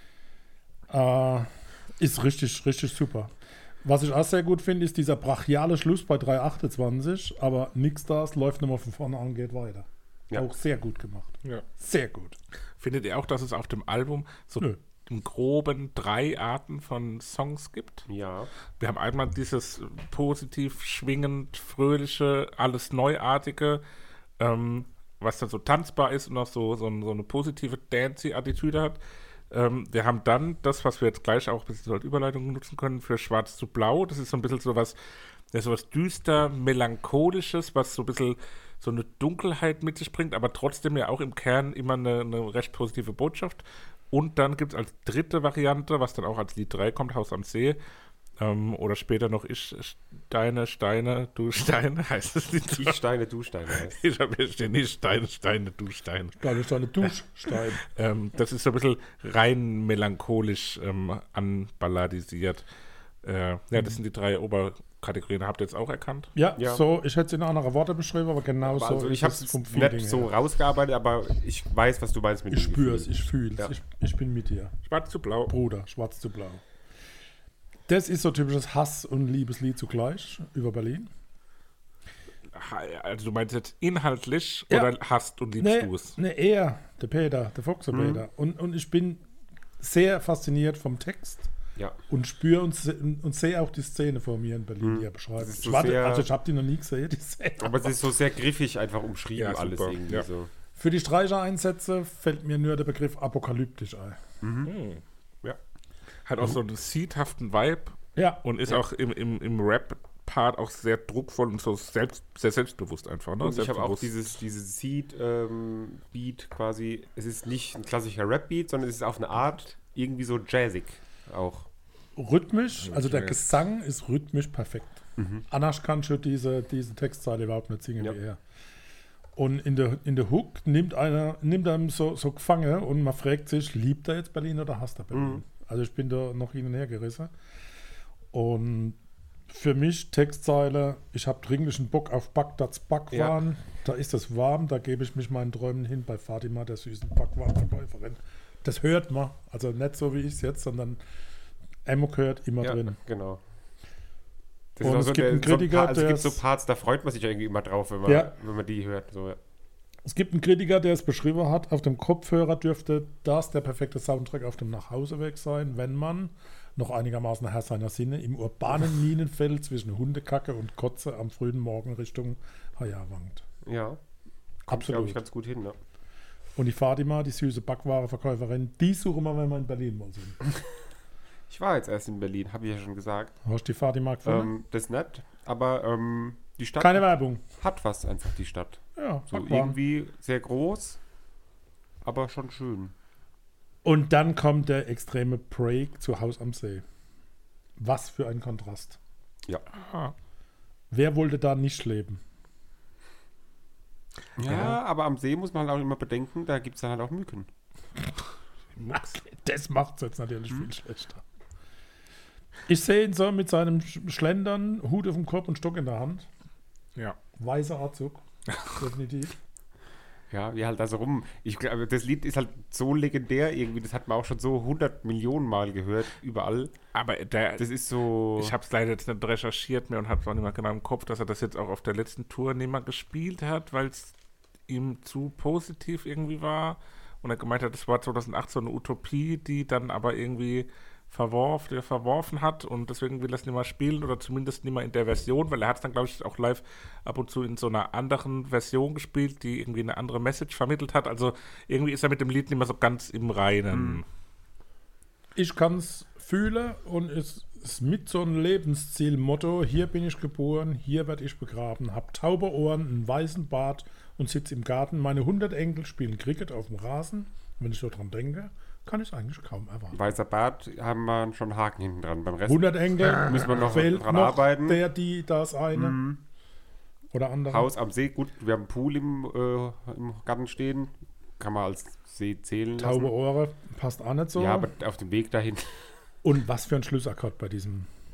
Ist richtig, richtig super. Was ich auch sehr gut finde, ist dieser brachiale Schluss bei 3,28, aber nix da, es läuft nochmal von vorne an, geht weiter. Ja. Auch sehr gut gemacht. Ja. Sehr gut. Findet ihr auch, dass es auf dem Album so Nö. im Groben 3 Arten von Songs gibt? Ja. Wir haben einmal dieses positiv schwingend, fröhliche, alles Neuartige, was dann so tanzbar ist und auch so eine positive Dancy-Attitüde hat. Wir haben dann das, was wir jetzt gleich auch ein bisschen als Überleitung nutzen können, für Schwarz zu Blau. Das ist so ein bisschen sowas düster, melancholisches, was so ein bisschen so eine Dunkelheit mit sich bringt, aber trotzdem ja auch im Kern immer eine recht positive Botschaft. Und dann gibt es als dritte Variante, was dann auch als Lied 3 kommt, Haus am See, oder später noch Ich, Steine, du Steine, heißt es nicht so? Ich Steine, du Steine heißt. Ich habe hier stehen nicht Steine, du Steine. Steine, Duschstein. Das ist so ein bisschen rein melancholisch anballadisiert. Das sind die 3 Oberkategorien. Habt ihr jetzt auch erkannt? Ja, Ja. so, ich hätte es in andere Worte beschrieben, aber genau so Also ich ist habe es es vom Feeling nicht so her. rausgearbeitet, aber ich weiß, was du meinst mit Ich dem spüre es, Gefühl. ich fühle es. Ja. Ich bin mit dir. Schwarz zu Blau. Bruder, schwarz zu blau. Das ist so typisches Hass- und Liebeslied zugleich über Berlin. Also du meinst jetzt inhaltlich Ja. oder hast und liebst du es? Nee, er, der Peter, der Fuchse-Peter. Und ich bin sehr fasziniert vom Text Ja. und spüre und sehe auch die Szene vor mir in Berlin, die er beschreibt. Das ist so Ich warte, sehr- also ich habe die noch nie gesehen, die Szene. Aber es ist so sehr griffig einfach umschrieben, Ja, alles super. irgendwie Ja. so. Für die Streichereinsätze fällt mir nur der Begriff apokalyptisch ein. Ja. Hat auch so einen seedhaften Vibe Ja, und ist auch im Rap-Part auch sehr druckvoll und so sehr selbstbewusst einfach. Ne? Und ich habe auch Selbstbewusst. dieses Seed-Beat quasi, es ist nicht ein klassischer Rap-Beat, sondern es ist auf eine Art irgendwie so jazzig auch. rhythmisch, also der Okay. Gesang ist rhythmisch perfekt. Anders kann schon diese Textzeile überhaupt nicht singen Ja. wie er. Und in der Hook nimmt einem so gefangen und man fragt sich, liebt er jetzt Berlin oder hasst er Berlin? Also ich bin da noch hin und her gerissen. Und für mich Textzeile, ich habe dringlichen Bock auf Bagdads Backwaren. Da ist es warm, da gebe ich mich meinen Träumen hin bei Fatima, der süßen Backwarenverkäuferin. Das hört man, also nicht so wie ich es jetzt, sondern Emo gehört immer drin. Genau. Und auch es gibt einen so ein Kritiker, es gibt so der Parts, da freut man sich irgendwie immer drauf, wenn man die hört. So, ja. Es gibt einen Kritiker, der es beschrieben hat, auf dem Kopfhörer dürfte das der perfekte Soundtrack auf dem Nachhauseweg sein, wenn man noch einigermaßen Herr seiner Sinne im urbanen Minenfeld zwischen Hundekacke und Kotze am frühen Morgen Richtung Haya wankt. Ja, kommt, Absolut. glaube ich, ganz gut hin. Ne? Und die Fatima, die süße Backwarenverkäuferin, die suchen wir, wenn wir in Berlin mal sind. Ich war jetzt erst in Berlin, habe ich ja schon gesagt. Hast du die Fatima gefunden? Das nicht, aber die Stadt Keine Werbung. hat was einfach, die Stadt. Ja, So Backwaren. irgendwie sehr groß, aber schon schön. Und dann kommt der extreme Break zu Haus am See. Was für ein Kontrast. Ja. Wer wollte da nicht leben? Ja, aber am See muss man halt auch immer bedenken, da gibt es dann halt auch Mücken. Das macht es jetzt natürlich viel schlechter. Ich sehe ihn so mit seinem Schlendern, Hut auf dem Kopf und Stock in der Hand. Ja. Weißer Anzug. Definitiv. Ja, wie halt da so rum. Ich glaube, das Lied ist halt so legendär irgendwie, das hat man auch schon so 100 Millionen Mal gehört, überall. Aber Das ist so... ich habe es leider jetzt nicht recherchiert mehr und habe es auch nicht mehr genau im Kopf, dass er das jetzt auch auf der letzten Tour nicht mehr gespielt hat, weil es ihm zu positiv irgendwie war. Und er gemeint hat, das war 2008 so eine Utopie, die dann aber irgendwie verworfen hat und deswegen will er es nicht mehr spielen oder zumindest nicht mehr in der Version, weil er hat es dann, glaube ich, auch live ab und zu in so einer anderen Version gespielt, die irgendwie eine andere Message vermittelt hat. Also irgendwie ist er mit dem Lied nicht mehr so ganz im Reinen. Ich kann es fühlen und es ist mit so einem Lebenszielmotto: Hier bin ich geboren, hier werde ich begraben, hab taube Ohren, einen weißen Bart und sitze im Garten. Meine 100 Enkel spielen Cricket auf dem Rasen. Wenn ich so dran denke, kann ich es eigentlich kaum erwarten. Weißer Bart haben wir schon einen Haken hinten dran. Beim Rest 100 Enkel, müssen wir noch fehlt dran noch arbeiten. das eine. Oder andere. Haus am See, gut, wir haben einen Pool im Garten stehen. Kann man als See zählen lassen. Taube Ohren, passt auch nicht so. Ja, aber auf dem Weg dahin. Und was für ein Schlussakkord bei diesem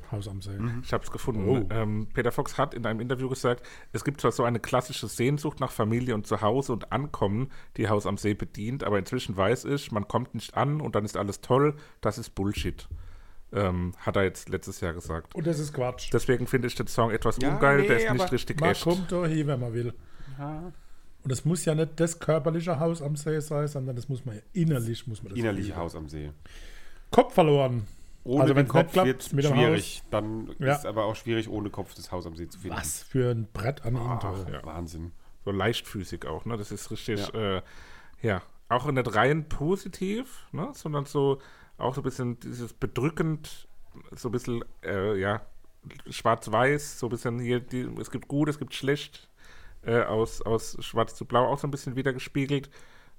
Haus am See. Ich habe es gefunden. Peter Fox hat in einem Interview gesagt, es gibt zwar so eine klassische Sehnsucht nach Familie und Zuhause und Ankommen, die Haus am See bedient, aber inzwischen weiß ich, man kommt nicht an und dann ist alles toll. Das ist Bullshit. Hat er jetzt letztes Jahr gesagt. Und das ist Quatsch. Deswegen finde ich den Song etwas Ja, ungeil, nee, der ist aber nicht richtig Man echt. kommt da hin, wenn man will. Ja. Und es muss ja nicht das körperliche Haus am See sein, sondern das muss man ja innerlich das Innerliche fühlen. Haus am See. Kopf verloren. Ohne Also den wenn's Kopf nicht klappt wird mit dem schwierig. Dann Ja. ist aber auch schwierig, ohne Kopf das Haus am See zu finden. Was für ein Brett an Intro. ja. Wahnsinn. So leichtfüßig auch, ne? Das ist richtig, auch nicht rein positiv, ne? Sondern so auch so ein bisschen dieses bedrückend, so ein bisschen, schwarz-weiß, so ein bisschen hier, es gibt gut, es gibt schlecht, aus schwarz zu blau auch so ein bisschen wiedergespiegelt.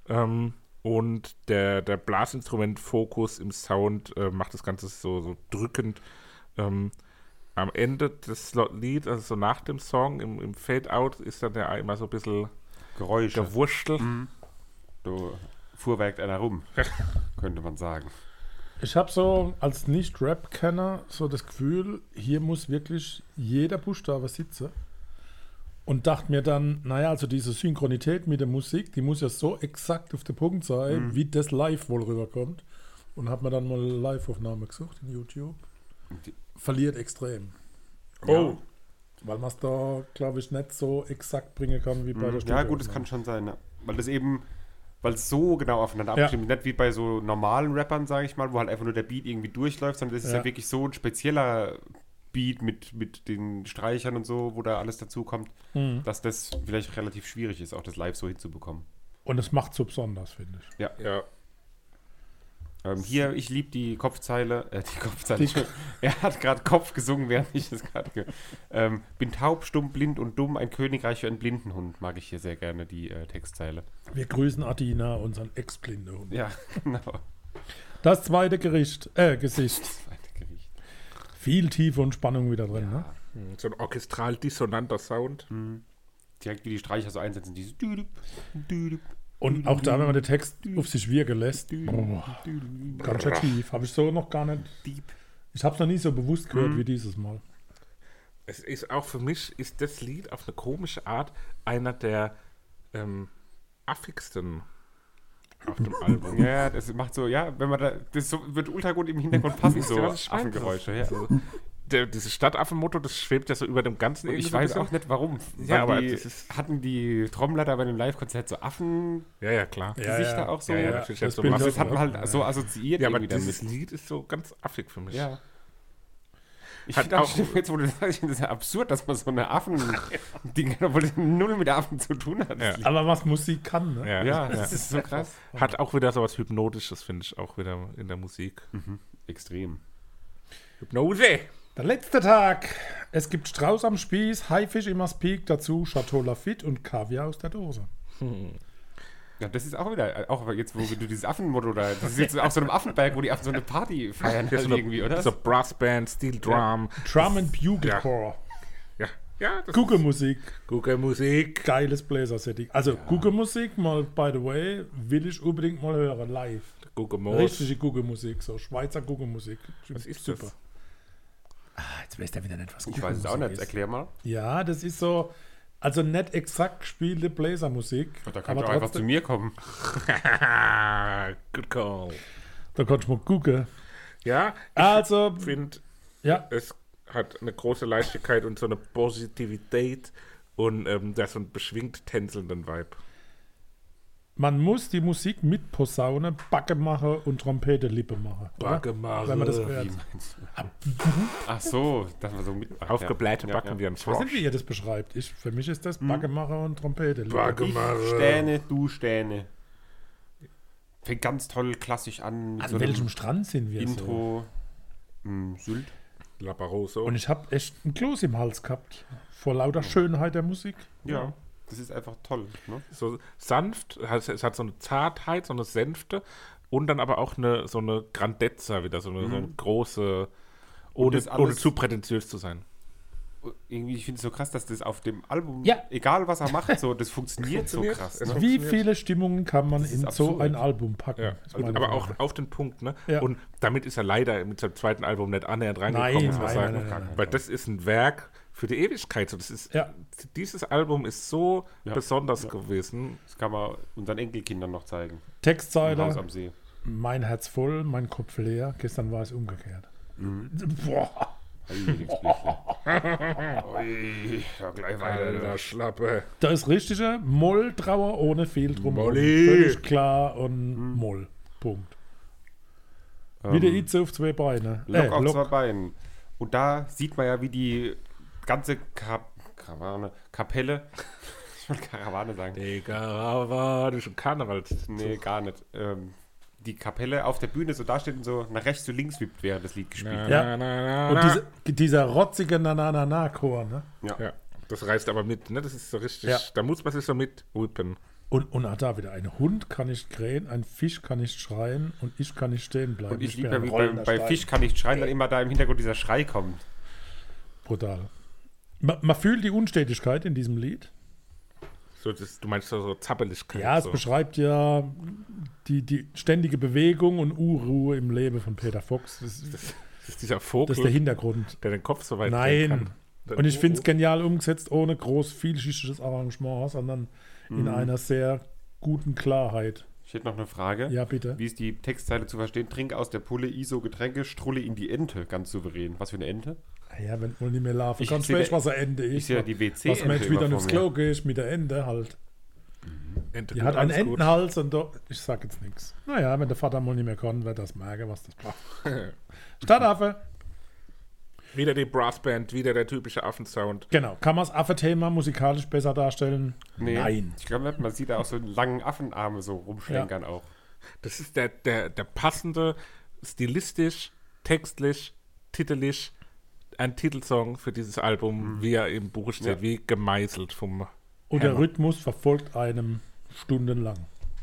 Und der Blasinstrument-Fokus im Sound macht das Ganze so drückend. Am Ende des Lied, also so nach dem Song, im Fade-Out, ist dann ja immer so ein bisschen Geräusche. Gewurschtel. Da fuhrwerkt einer rum, könnte man sagen. Ich habe so als Nicht-Rap-Kenner so das Gefühl, hier muss wirklich jeder Buchstabe sitzen. Und dachte mir dann, naja, also diese Synchronität mit der Musik, die muss ja so exakt auf den Punkt sein, wie das live wohl rüberkommt. Und habe mir dann mal eine Live-Aufnahme gesucht in YouTube. Verliert extrem. Oh. Weil man es da, glaube ich, nicht so exakt bringen kann wie bei der Ja, gut, das Studioaufnahme. kann schon sein. Ja. Weil es so genau aufeinander abgestimmt ist. Nicht wie bei so normalen Rappern, sage ich mal, wo halt einfach nur der Beat irgendwie durchläuft, sondern das ist ja wirklich so ein spezieller Beat mit den Streichern und so, wo da alles dazu kommt, dass das vielleicht relativ schwierig ist, auch das live so hinzubekommen. Und es macht so besonders, finde ich. Ja. Ja. Hier, ich liebe die Kopfzeile. Er hat gerade Kopf gesungen, während ich das gerade bin taub, stumm, blind und dumm, ein Königreich für einen Blindenhund. Mag ich hier sehr gerne, die Textzeile. Wir grüßen Adina, unseren Ex-blinde Hund. Ja, genau. Das zweite Gesicht. Zweite Gericht. Viel Tiefe und Spannung wieder drin, ne? So ein orchestral dissonanter Sound. Direkt wie die Streicher so einsetzen, dieses Düdüp, Düdüp. Und auch da, wenn man den Text auf sich wirken lässt, ganz schön tief. Habe ich so noch gar nicht. Ich habe es noch nie so bewusst gehört wie dieses Mal. Es ist auch für mich, ist das Lied auf eine komische Art einer der affigsten auf dem Album. Ja, das macht so, wenn man da, das so, wird ultra gut im Hintergrund passen, Wisst ihr, so was ich meine? Affengeräusche. Ja. Also, dieses Stadtaffenmotto, das schwebt ja so über dem Ganzen. Und ich irgendwie so ein weiß bisschen. auch nicht warum. Ja, aber die, das ist- hatten die Trommler da bei dem Live-Konzert so Affengesichter Ja, klar. auch so? Ja, ja, natürlich. Das So Bild was- Das hat man Ja. halt so assoziiert Ja, aber irgendwie dieses damit. Lied ist so ganz affig für mich. Ja. Ich Hat finde auch, auch- jetzt wo du das sagst, das ist ja absurd, dass man so eine Affen-Ding, obwohl das null mit Affen zu tun hat. Ja. Aber was Musik kann, ne? Ja, Ja, das ist so krass. Hat auch wieder so was Hypnotisches, finde ich, auch wieder in der Musik. Extrem. Hypnose! Der letzte Tag. Es gibt Strauß am Spieß, Haifisch im Aspik, dazu Chateau Lafitte und Kaviar aus der Dose. Ja, das ist auch wieder, auch jetzt, wo du dieses Affenmotto da, das ist jetzt auf so einem Affenberg, wo die Affen so eine Party feiern Ja, halt so irgendwie, oder? So Brassband, Steel Drum. Drum and Bugle Ja. Corps. Ja, das Google-Musik. ist Google-Musik. Geiles Bläser-Setting. Also Google-Musik, mal by the way, will ich unbedingt mal hören, live. Google Moos. Richtige Google-Musik, so Schweizer Google-Musik. Was ist super. das? Jetzt weiß der wieder nicht, was Ich weiß es auch nicht, erklär mal. Ja, das ist so, also nicht exakt gespielte Bläsermusik. Da kann aber doch einfach zu trotzdem, mir kommen. Good call. da kannst du mal gucken. Ja, Also, ich finde, ja, es hat eine große Leichtigkeit und so eine Positivität und da ist so einen beschwingt tänzelnden Vibe. man muss die Musik mit Posaune, Backe machen und Trompete Lippe machen. oder? Backe machen. Wenn man das Wie hört. meinst du? Ach so, dass man so mit. Aufgeblähte Ja, Backen ja. wie ein Ich weiß nicht, Frosch. wie ihr das beschreibt. Für mich ist das Backe machen und Trompete Lippe. Backe Ich machen. Stähne, du Stähne. Fängt ganz toll klassisch an. Mit An so einem welchem Strand sind wir so? Intro. Sylt. La Barroso. Und ich habe echt einen Kloß im Hals gehabt. Vor lauter Schönheit der Musik. Ja, das ist einfach toll. Ne? So sanft, es hat so eine Zartheit, so eine Sänfte und dann aber auch so eine Grandezza wieder, so eine große, ohne das alles- zu prätentiös zu sein. irgendwie, ich finde es so krass, dass das auf dem Album, Ja. egal was er macht, so, das funktioniert so krass. Ne? Wie viele Stimmungen kann man in so absurd. ein Album packen? Ja, ist also, meine aber Frage. auch auf den Punkt, ne? Ja. Und damit ist er leider mit seinem zweiten Album nicht annähernd reingekommen, muss man Nein, sagen. nein, nein, nein. Weil das ist ein Werk für die Ewigkeit. So, das ist, Ja. Dieses Album ist so Ja. besonders Ja. gewesen. Das kann man unseren Enkelkindern noch zeigen. Im Haus Textzeile, am See. mein Herz voll, mein Kopf leer. Gestern war es umgekehrt. Mhm. Boah. Ui, ja, gleich Alter Schlappe. Da ist richtiger Moll-Trauer ohne viel drum. Molly. Völlig klar und Moll. Punkt. Wie der Itze auf zwei Beine. Lok auf Lok. zwei Beinen. Und da sieht man ja, wie die ganze Kapelle, ich wollte Karawane sagen. Die karawanischen Karnevals. Nee, gar nicht. Die Kapelle auf der Bühne so dasteht und so nach rechts zu links wippt, während das Lied gespielt wird. Ja. Und Und dieser rotzige Na-Na-Na-Na-Chor, ne? ja, das reißt aber mit, ne? Das ist so richtig, Ja. da muss man sich so mit whippen. Und auch da wieder, ein Hund kann nicht krähen, ein Fisch kann nicht schreien und ich kann nicht stehen bleiben. Und ich bin liebe ja, ein wie rollender bei Stein. Fisch kann nicht schreien, dann immer da im Hintergrund dieser Schrei kommt. Brutal. Man fühlt die Unstetigkeit in diesem Lied. So, du meinst so Zappeligkeit. Ja, es so. beschreibt ja die ständige Bewegung und Unruhe im Leben von Peter Fox. Das ist dieser Vogel, ist der Hintergrund. der den Kopf so weit drehen Nein. kann. Und ich finde es genial umgesetzt, ohne groß vielschichtiges Arrangement, sondern in einer sehr guten Klarheit. Ich hätte noch eine Frage. Ja, bitte. Wie ist die Textzeile zu verstehen? Trink aus der Pulle, ISO Getränke, strulle in die Ente. Ganz souverän. Was für eine Ente? Ja, wenn du wohl nicht mehr laufen Ich kannst, seh weißt da- was ein Ende ist. Ich sehe ja die was WC-Ente Mensch wieder immer aufs vor mir. Klo gehst mit der Ente halt. Ente Die tut hat einen alles gut. Entenhals und ich sag jetzt nichts. Naja, wenn der Vater mal nicht mehr kann, wird das merken, was das braucht. Stadtaffe. Wieder die Brassband, wieder der typische Affensound. Genau. Kann man das Affe-Thema musikalisch besser darstellen? Nee, Nein. Ich glaube, man sieht da auch so einen langen Affenarme so rumschlenkern auch. Das ist der passende, stilistisch, textlich, titelig, ein Titelsong für dieses Album, wie er im Buch steht, Ja. wie gemeißelt vom Und der Hammer. Rhythmus verfolgt einem stundenlang.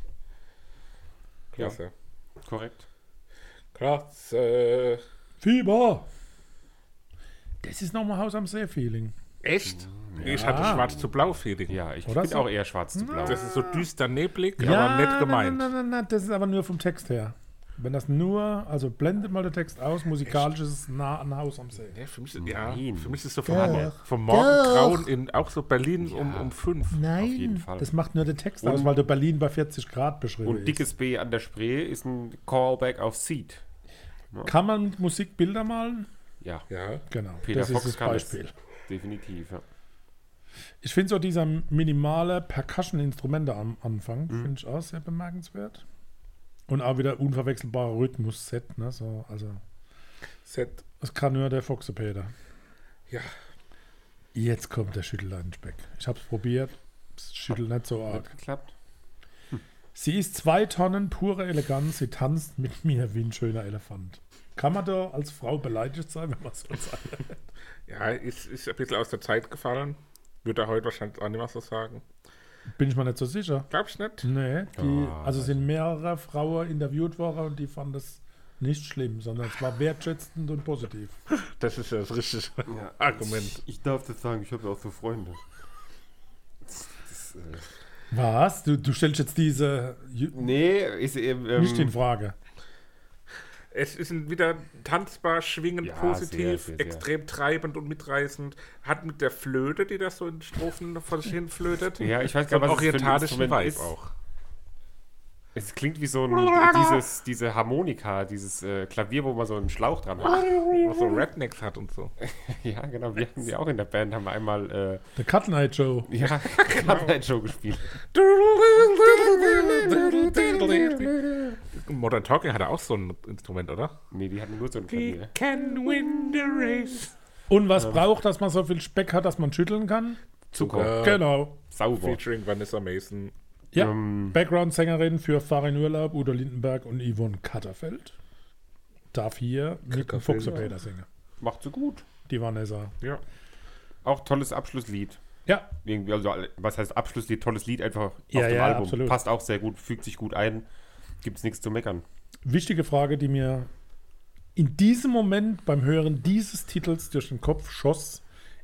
Klasse. Korrekt. Klasse. Fieber! Das ist nochmal Haus am See-Feeling. Echt? Ich hatte schwarz-zu-blau-Feeling. Ja, ich Oder bin so? auch eher schwarz zu blau. Das ist so düster neblig, aber nett gemeint. Nein, das ist aber nur vom Text her. Wenn das nur, also blendet mal den Text aus, musikalisch ist es nah an Haus am See. Ja, für mich, Nein. für mich ist es so vom Morgengrauen in auch so Berlin um 5. Nein, Auf jeden Fall. das macht nur der Text Und- aus, weil der Berlin bei 40 Grad beschrieben Und dickes B an der Spree ist ein Callback auf Seed. ist. Kann man mit Musik Bilder malen? Ja, Ja. Genau, Peter das Fox ist das kann Beispiel. es. Definitiv, ja. Ich finde so dieser minimale Percussion-Instrumente am Anfang, finde ich auch sehr bemerkenswert. Und auch wieder unverwechselbarer Rhythmus-Set, ne? So, also, Set. das kann nur der Foxe Peter. Ja. Jetzt kommt der Schüttelleinspeck. Ich habe es probiert, es schüttelt nicht so arg. Hat geklappt. Sie ist 2 Tonnen pure Eleganz, sie tanzt mit mir wie ein schöner Elefant. Kann man da als Frau beleidigt sein, wenn man so sagt? Ja, ist ein bisschen aus der Zeit gefallen. Würde er heute wahrscheinlich auch nicht mehr so sagen. Bin ich mir nicht so sicher. Glaubst du nicht? Nee, also sind mehrere Frauen interviewt worden und die fanden das nicht schlimm, sondern es war wertschätzend und positiv. Das ist ja das richtige Argument. Ich darf das sagen, ich habe auch so Freunde. Was? Du stellst jetzt diese Nee, ist nicht in Frage. Es ist wieder tanzbar, schwingend, Ja, positiv, sehr, sehr. extrem treibend und mitreißend. Hat mit der Flöte, die das so in Strophen vor sich hin flötet, Ja, ich weiß so gar einen nicht, was es für ein orientalischen Instrument Vibe ist. auch. Es klingt wie so ein, diese Harmonika, dieses Klavier, wo man so einen Schlauch dran hat. Was so Rednecks hat und so. Ja, genau, wir hatten die auch in der Band, haben wir einmal, Der Cut Night Show. ja, Cut Show gespielt. Modern Talking hatte auch so ein Instrument, oder? Nee, die hatten nur so ein Klavier. Can win the race. Und was braucht, dass man so viel Speck hat, dass man schütteln kann? Zucker. Genau. Sauber. Featuring Vanessa Mason. Ja, Ähm. Background-Sängerin für Fahr in Urlaub, Udo Lindenberg und Yvonne Katterfeld. Darf hier mit dem Katterfeld, Fuchse ja. Peter singen. Macht so gut. Die Vanessa. Ja. Auch tolles Abschlusslied. Ja, Irgendwie, also, was heißt Abschlusslied? Tolles Lied einfach Ja, auf dem ja, Album. absolut. Passt auch sehr gut, fügt sich gut ein. Gibt's nichts zu meckern. wichtige Frage, die mir in diesem Moment beim Hören dieses Titels durch den Kopf schoss.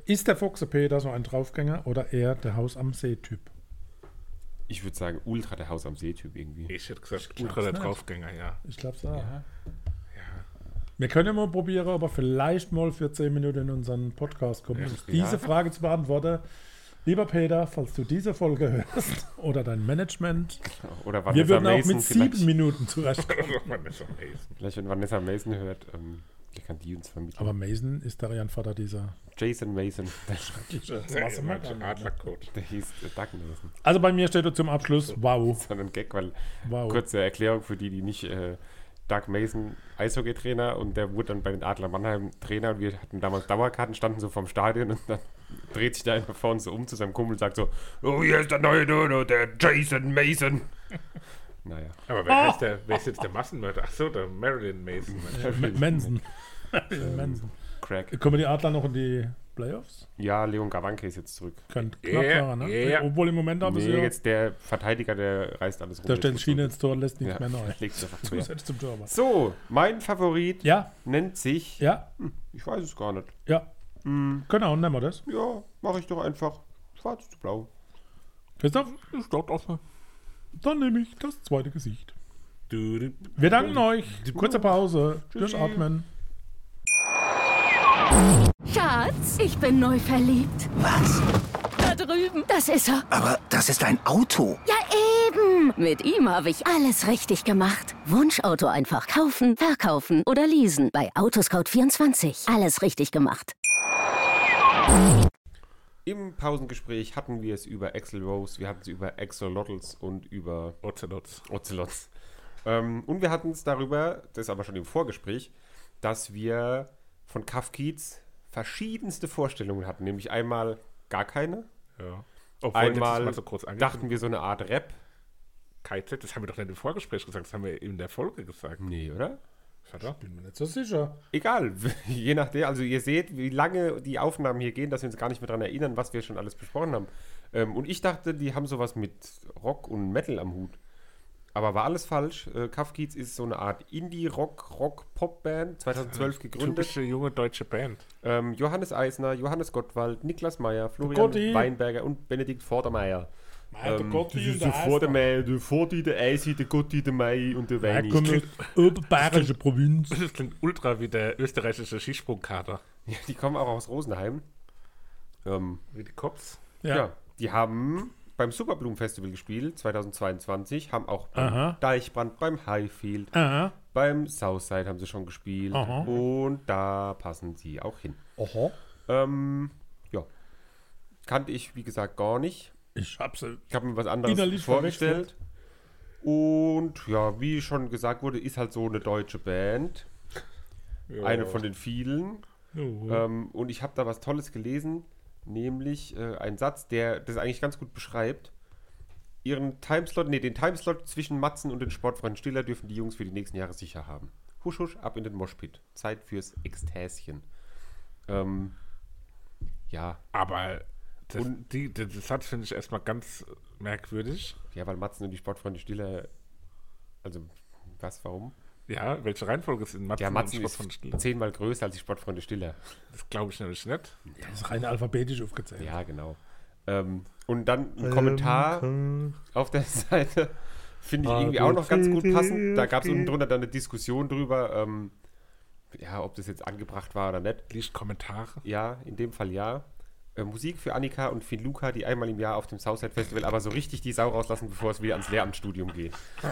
Ist der Fuchse Peter so ein Draufgänger oder eher der Haus am See-Typ? Ich würde sagen, ultra der Haus am See-Typ irgendwie. Ich hätte gesagt, ultra der nicht. Draufgänger, ja. Ich glaube es auch. Wir können ja mal probieren, aber vielleicht mal für 10 Minuten in unseren Podcast kommen, um diese Frage zu beantworten. Lieber Peter, falls du diese Folge hörst oder dein Management, Oder wir Vanessa würden auch Mason mit 7 vielleicht. Minuten zurechtkommen. Vielleicht, wenn Vanessa Mason hört, der kann die uns vermitteln. Aber Mason ist der Vater dieser Jason Mason, Adlercode. der hieß Doug Mason. Also bei mir steht zum Abschluss, wow. So ein Gag, weil Wow. kurze Erklärung für die nicht Doug Mason, Eishockey-Trainer, und der wurde dann bei den Adler Mannheim Trainer und wir hatten damals Dauerkarten, standen so vorm Stadion und dann dreht sich der einfach vor uns so um zu seinem Kumpel und sagt so, oh, hier ist der neue Dono, der Jason Mason. Naja. Aber wer ist jetzt der Massenmörder? Achso, der Marilyn Mason. Manson. Manson. Crack. Kommen die Adler noch in die Playoffs? Ja, Leon Gawanke ist jetzt zurück. Könnte knapp Yeah, werden, ne? yeah. Obwohl im Moment haben sie Nee, ja, jetzt der Verteidiger, der reißt alles rum. da stellt Jetzt Schiene ins Tor, lässt nichts ja, mehr neu. legt einfach quer. Zusätzlich zum Tor. So, mein Favorit Ja, nennt sich, ja, ich weiß es gar nicht. ja. Genau, nehmen wir das. Ja, mache ich doch einfach schwarz zu blau. Christoph, Ich glaube auch so. dann nehme ich das zweite Gesicht. Wir danken euch. Kurze Pause. Durchatmen. Schatz, ich bin neu verliebt. Was? Da drüben. Das ist er. Aber das ist ein Auto. Ja, eben. Mit ihm habe ich alles richtig gemacht. Wunschauto einfach kaufen, verkaufen oder leasen. Bei Autoscout24. Alles richtig gemacht. Im Pausengespräch hatten wir es über Axl Rose, wir hatten es über Axolotls und über Ocelots. Ocelots. Und wir hatten es darüber, das ist aber schon im Vorgespräch, dass wir von Kafkiez verschiedenste Vorstellungen hatten. Nämlich einmal gar keine. Ja. Obwohl, Einmal das ist mal so kurz dachten wir so eine Art Rap. KZ, das haben wir doch nicht im Vorgespräch gesagt, das haben wir in der Folge gesagt. Nee, oder? Verdammt. Bin mir nicht so sicher. Egal, je nachdem. Also ihr seht, wie lange die Aufnahmen hier gehen, dass wir uns gar nicht mehr daran erinnern, was wir schon alles besprochen haben. Und ich dachte, die haben sowas mit Rock und Metal am Hut. Aber war alles falsch. Kafkiez ist so eine Art Indie-Rock-Pop-Band, 2012 gegründet. Typische junge deutsche Band. Johannes Eisner, Johannes Gottwald, Niklas Meyer, Florian Gotti. Weinberger und Benedikt Vordermeier. Der Gotti und der der Vordermeier, der Vordi, der Eisi, der Gotti, der Mai und der Er Weini. kommt aus oberbayerische Provinz. Das klingt ultra wie der österreichische Skisprungkader. Ja, die kommen auch aus Rosenheim. Wie die Cops. Ja, die haben beim Superblumen Festival gespielt, 2022, haben auch beim Deichbrand, beim Highfield, Aha. beim Southside haben sie schon gespielt Aha. und da passen sie auch hin. Oho. Ja, kannte ich, wie gesagt, gar nicht. Ich hab's. Ich habe mir was anderes Innerlich vorgestellt. Und ja, wie schon gesagt wurde, ist halt so eine deutsche Band. Ja. Eine von den vielen. Oh. Und ich habe da was Tolles gelesen, nämlich einen Satz, der das eigentlich ganz gut beschreibt. Den Timeslot zwischen Matzen und den Sportfreunden Stiller dürfen die Jungs für die nächsten Jahre sicher haben. Husch, husch, ab in den Moshpit. Zeit fürs Ekstäschen. Ja. Aber den Satz finde ich erstmal ganz merkwürdig. Ja, weil Matzen und die Sportfreunde Stiller, also, was, warum? Ja, welche Reihenfolge ist in Matzen, Ja, Matzen und ist Sportfreunde Stiller? 10-mal größer als die Sportfreunde Stiller. Das glaube ich nämlich nicht. Das ist rein alphabetisch aufgezählt. Ja, genau. Und dann ein Kommentar auf der Seite, finde ich irgendwie auch noch ganz gut passend. Da gab es unten drunter dann eine Diskussion drüber, ja, ob das jetzt angebracht war oder nicht. Liest Kommentare. Ja, in dem Fall ja. Musik für Annika und Finn Luca, die einmal im Jahr auf dem Southside Festival aber so richtig die Sau rauslassen, bevor es wieder ans Lehramtsstudium geht.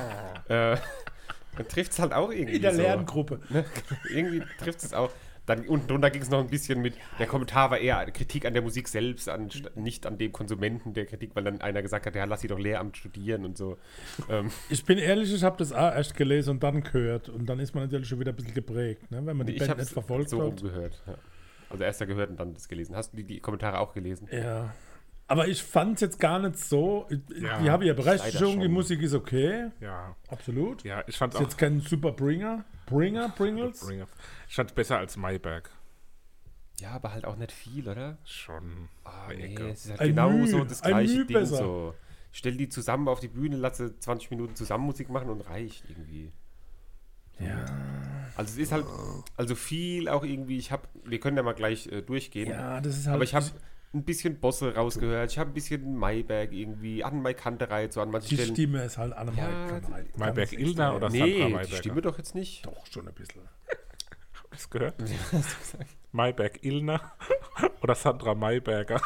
Dann trifft es halt auch irgendwie In der so. Lerngruppe. Ne? Irgendwie trifft es auch. Dann unten drunter ging es noch ein bisschen mit, der Kommentar war eher Kritik an der Musik selbst, nicht an dem Konsumenten der Kritik, weil dann einer gesagt hat, ja, lass sie doch Lehramt studieren und so. Ich bin ehrlich, ich habe das auch erst gelesen und dann gehört. Und dann ist man natürlich schon wieder ein bisschen geprägt, ne? Wenn man die Ich Band habe nicht verfolgt so hat. umgehört. Ja. Also erst gehört und dann das gelesen. Hast du die Kommentare auch gelesen? Ja. Aber ich fand es jetzt gar nicht so. Ja, die haben ja leider Berechtigung, die schon. Musik ist okay. Ja. Absolut. Ja, ich fand Ist auch. jetzt kein super Pringles. Ich fand besser als Mayberg. Ja, aber halt auch nicht viel, oder? Schon. Nee, Ecke. es ist halt Ein genau Mühe, so das ein gleiche Mühe Ding. besser. So. Stell die zusammen auf die Bühne, lasse 20 Minuten zusammen Musik machen und reicht irgendwie. Ja. Also es ist halt, also viel auch irgendwie, wir können ja mal gleich durchgehen. Ja, das ist halt. Aber ich habe ein bisschen Bosse rausgehört, ich habe ein bisschen Mayberg irgendwie, Annemarie Kantereit, so an manchen die Stellen. Stimme ist halt Annemarie. Mayberg Illner oder Sandra Nee, die Mayberger? Stimme doch jetzt nicht. Doch, schon ein bisschen. Hast du gehört? Mayberg Illner oder Sandra Mayberger.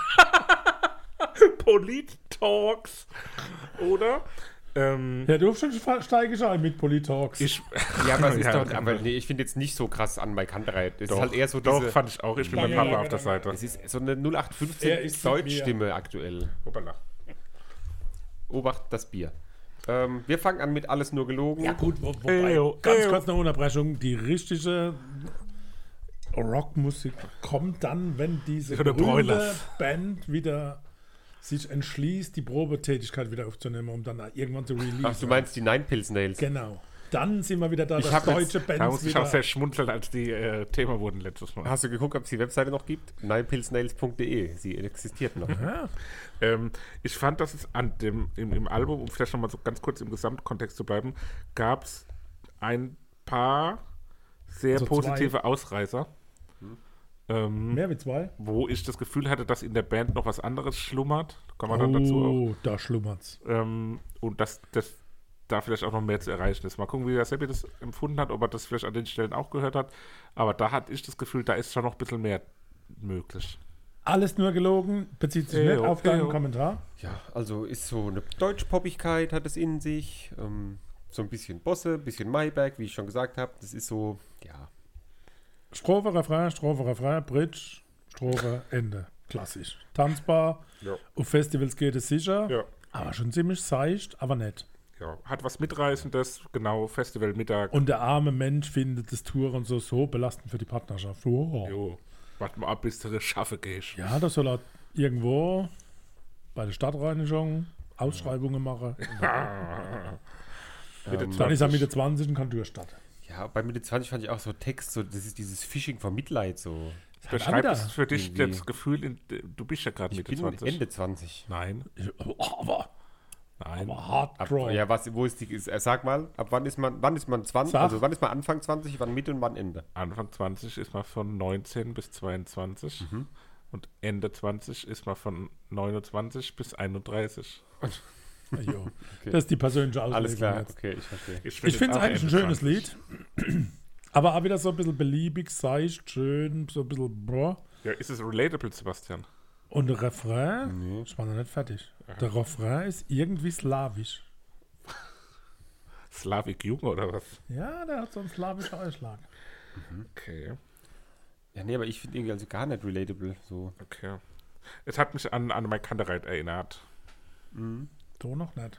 Polit-Talks. Oder? Ja, du schon steige ich ein mit Polit-Talks. Ja, aber es ist Ja, doch, aber nee, ich finde jetzt nicht so krass Annemarie Kantereit. Es Doch, ist halt eher so doch, diese, fand ich auch. Ich bin mit Ja, Papa ja, auf der ja, Seite. es ist so eine Er 0815 ist mit Deutschstimme aktuell. Hoppala. Obacht das Bier. Wir fangen an mit Alles nur gelogen. Ja, gut, wobei, ganz kurz eine Unterbrechung. Die richtige Rockmusik kommt dann, wenn diese Oder berühmte Broilers. Band wieder sich entschließt, die Probetätigkeit wieder aufzunehmen, um dann irgendwann zu releasen. Ach, du meinst die Nine Pills Nails? Genau. Dann sind wir wieder da, dass hab jetzt- deutsche Da Bands muss ich wieder... auch sehr schmunzeln, als die Thema wurden letztes Mal. Hast du geguckt, ob es die Webseite noch gibt? ninepillsnails.de. Sie existiert noch. Ja, Ich fand, dass es im Album, um vielleicht nochmal so ganz kurz im Gesamtkontext zu bleiben, gab es ein paar sehr Also positive Ausreißer, mehr wie zwei. wo ich das Gefühl hatte, dass in der Band noch was anderes schlummert. Kann man dann dazu auch. Oh, da schlummert's. Und dass da vielleicht auch noch mehr zu erreichen ist. Mal gucken, wie der Seppi das empfunden hat, ob er das vielleicht an den Stellen auch gehört hat. Aber da hatte ich das Gefühl, da ist schon noch ein bisschen mehr möglich. Alles nur gelogen, bezieht sich nicht auf deinen Kommentar. Ja, also ist so eine Deutschpoppigkeit hat es in sich. So ein bisschen Bosse, ein bisschen Mayberg, wie ich schon gesagt habe. Das ist so, ja. Strophe, Refrain, Bridge, Strophe, Ende. Klassisch. Tanzbar. Ja. Auf Festivals geht es sicher. Ja. Aber schon ziemlich seicht, aber nett. Ja, hat was Mitreißendes, genau, Festivalmittag. Und der arme Mensch findet das Touren so belastend für die Partnerschaft. Oh. Jo, warte mal ab, bis du das schaffen gehst. Ja, das soll er irgendwo bei der Stadtreinigung Ausschreibungen machen. Dann ist er Mitte 20 und kann durchstarten. Ja, bei Mitte 20 fand ich auch so Text, so, das ist dieses Phishing von Mitleid. So. Beschreib wieder es für dich irgendwie. das Gefühl, du bist ja gerade Ich Mitte bin 20. Ende 20. Nein, Aber nein. hart Ab, draw. ja, wo ist die, sag mal, ab wann ist man 20, Sag. also wann ist man Anfang 20, wann Mitte und wann Ende? Anfang 20 ist man von 19 bis 22 und Ende 20 ist man von 29 bis 31. Jo. Das ist die persönliche Auslegung. Alles klar, jetzt. okay, ich verstehe. Ich finde es eigentlich ein schönes Lied. Aber auch wieder so ein bisschen beliebig, seicht, schön, so ein bisschen bro. Ja, ist es relatable, Sebastian? Und der Refrain, ich war noch nicht fertig. Der Refrain ist irgendwie slawisch. Slavik Jung oder was? Ja, der hat so einen slawischen Ausschlag. Okay, Ja, nee, aber ich finde irgendwie also gar nicht relatable. So. okay. Es hat mich an Annemarie Kantereit erinnert. So noch nicht.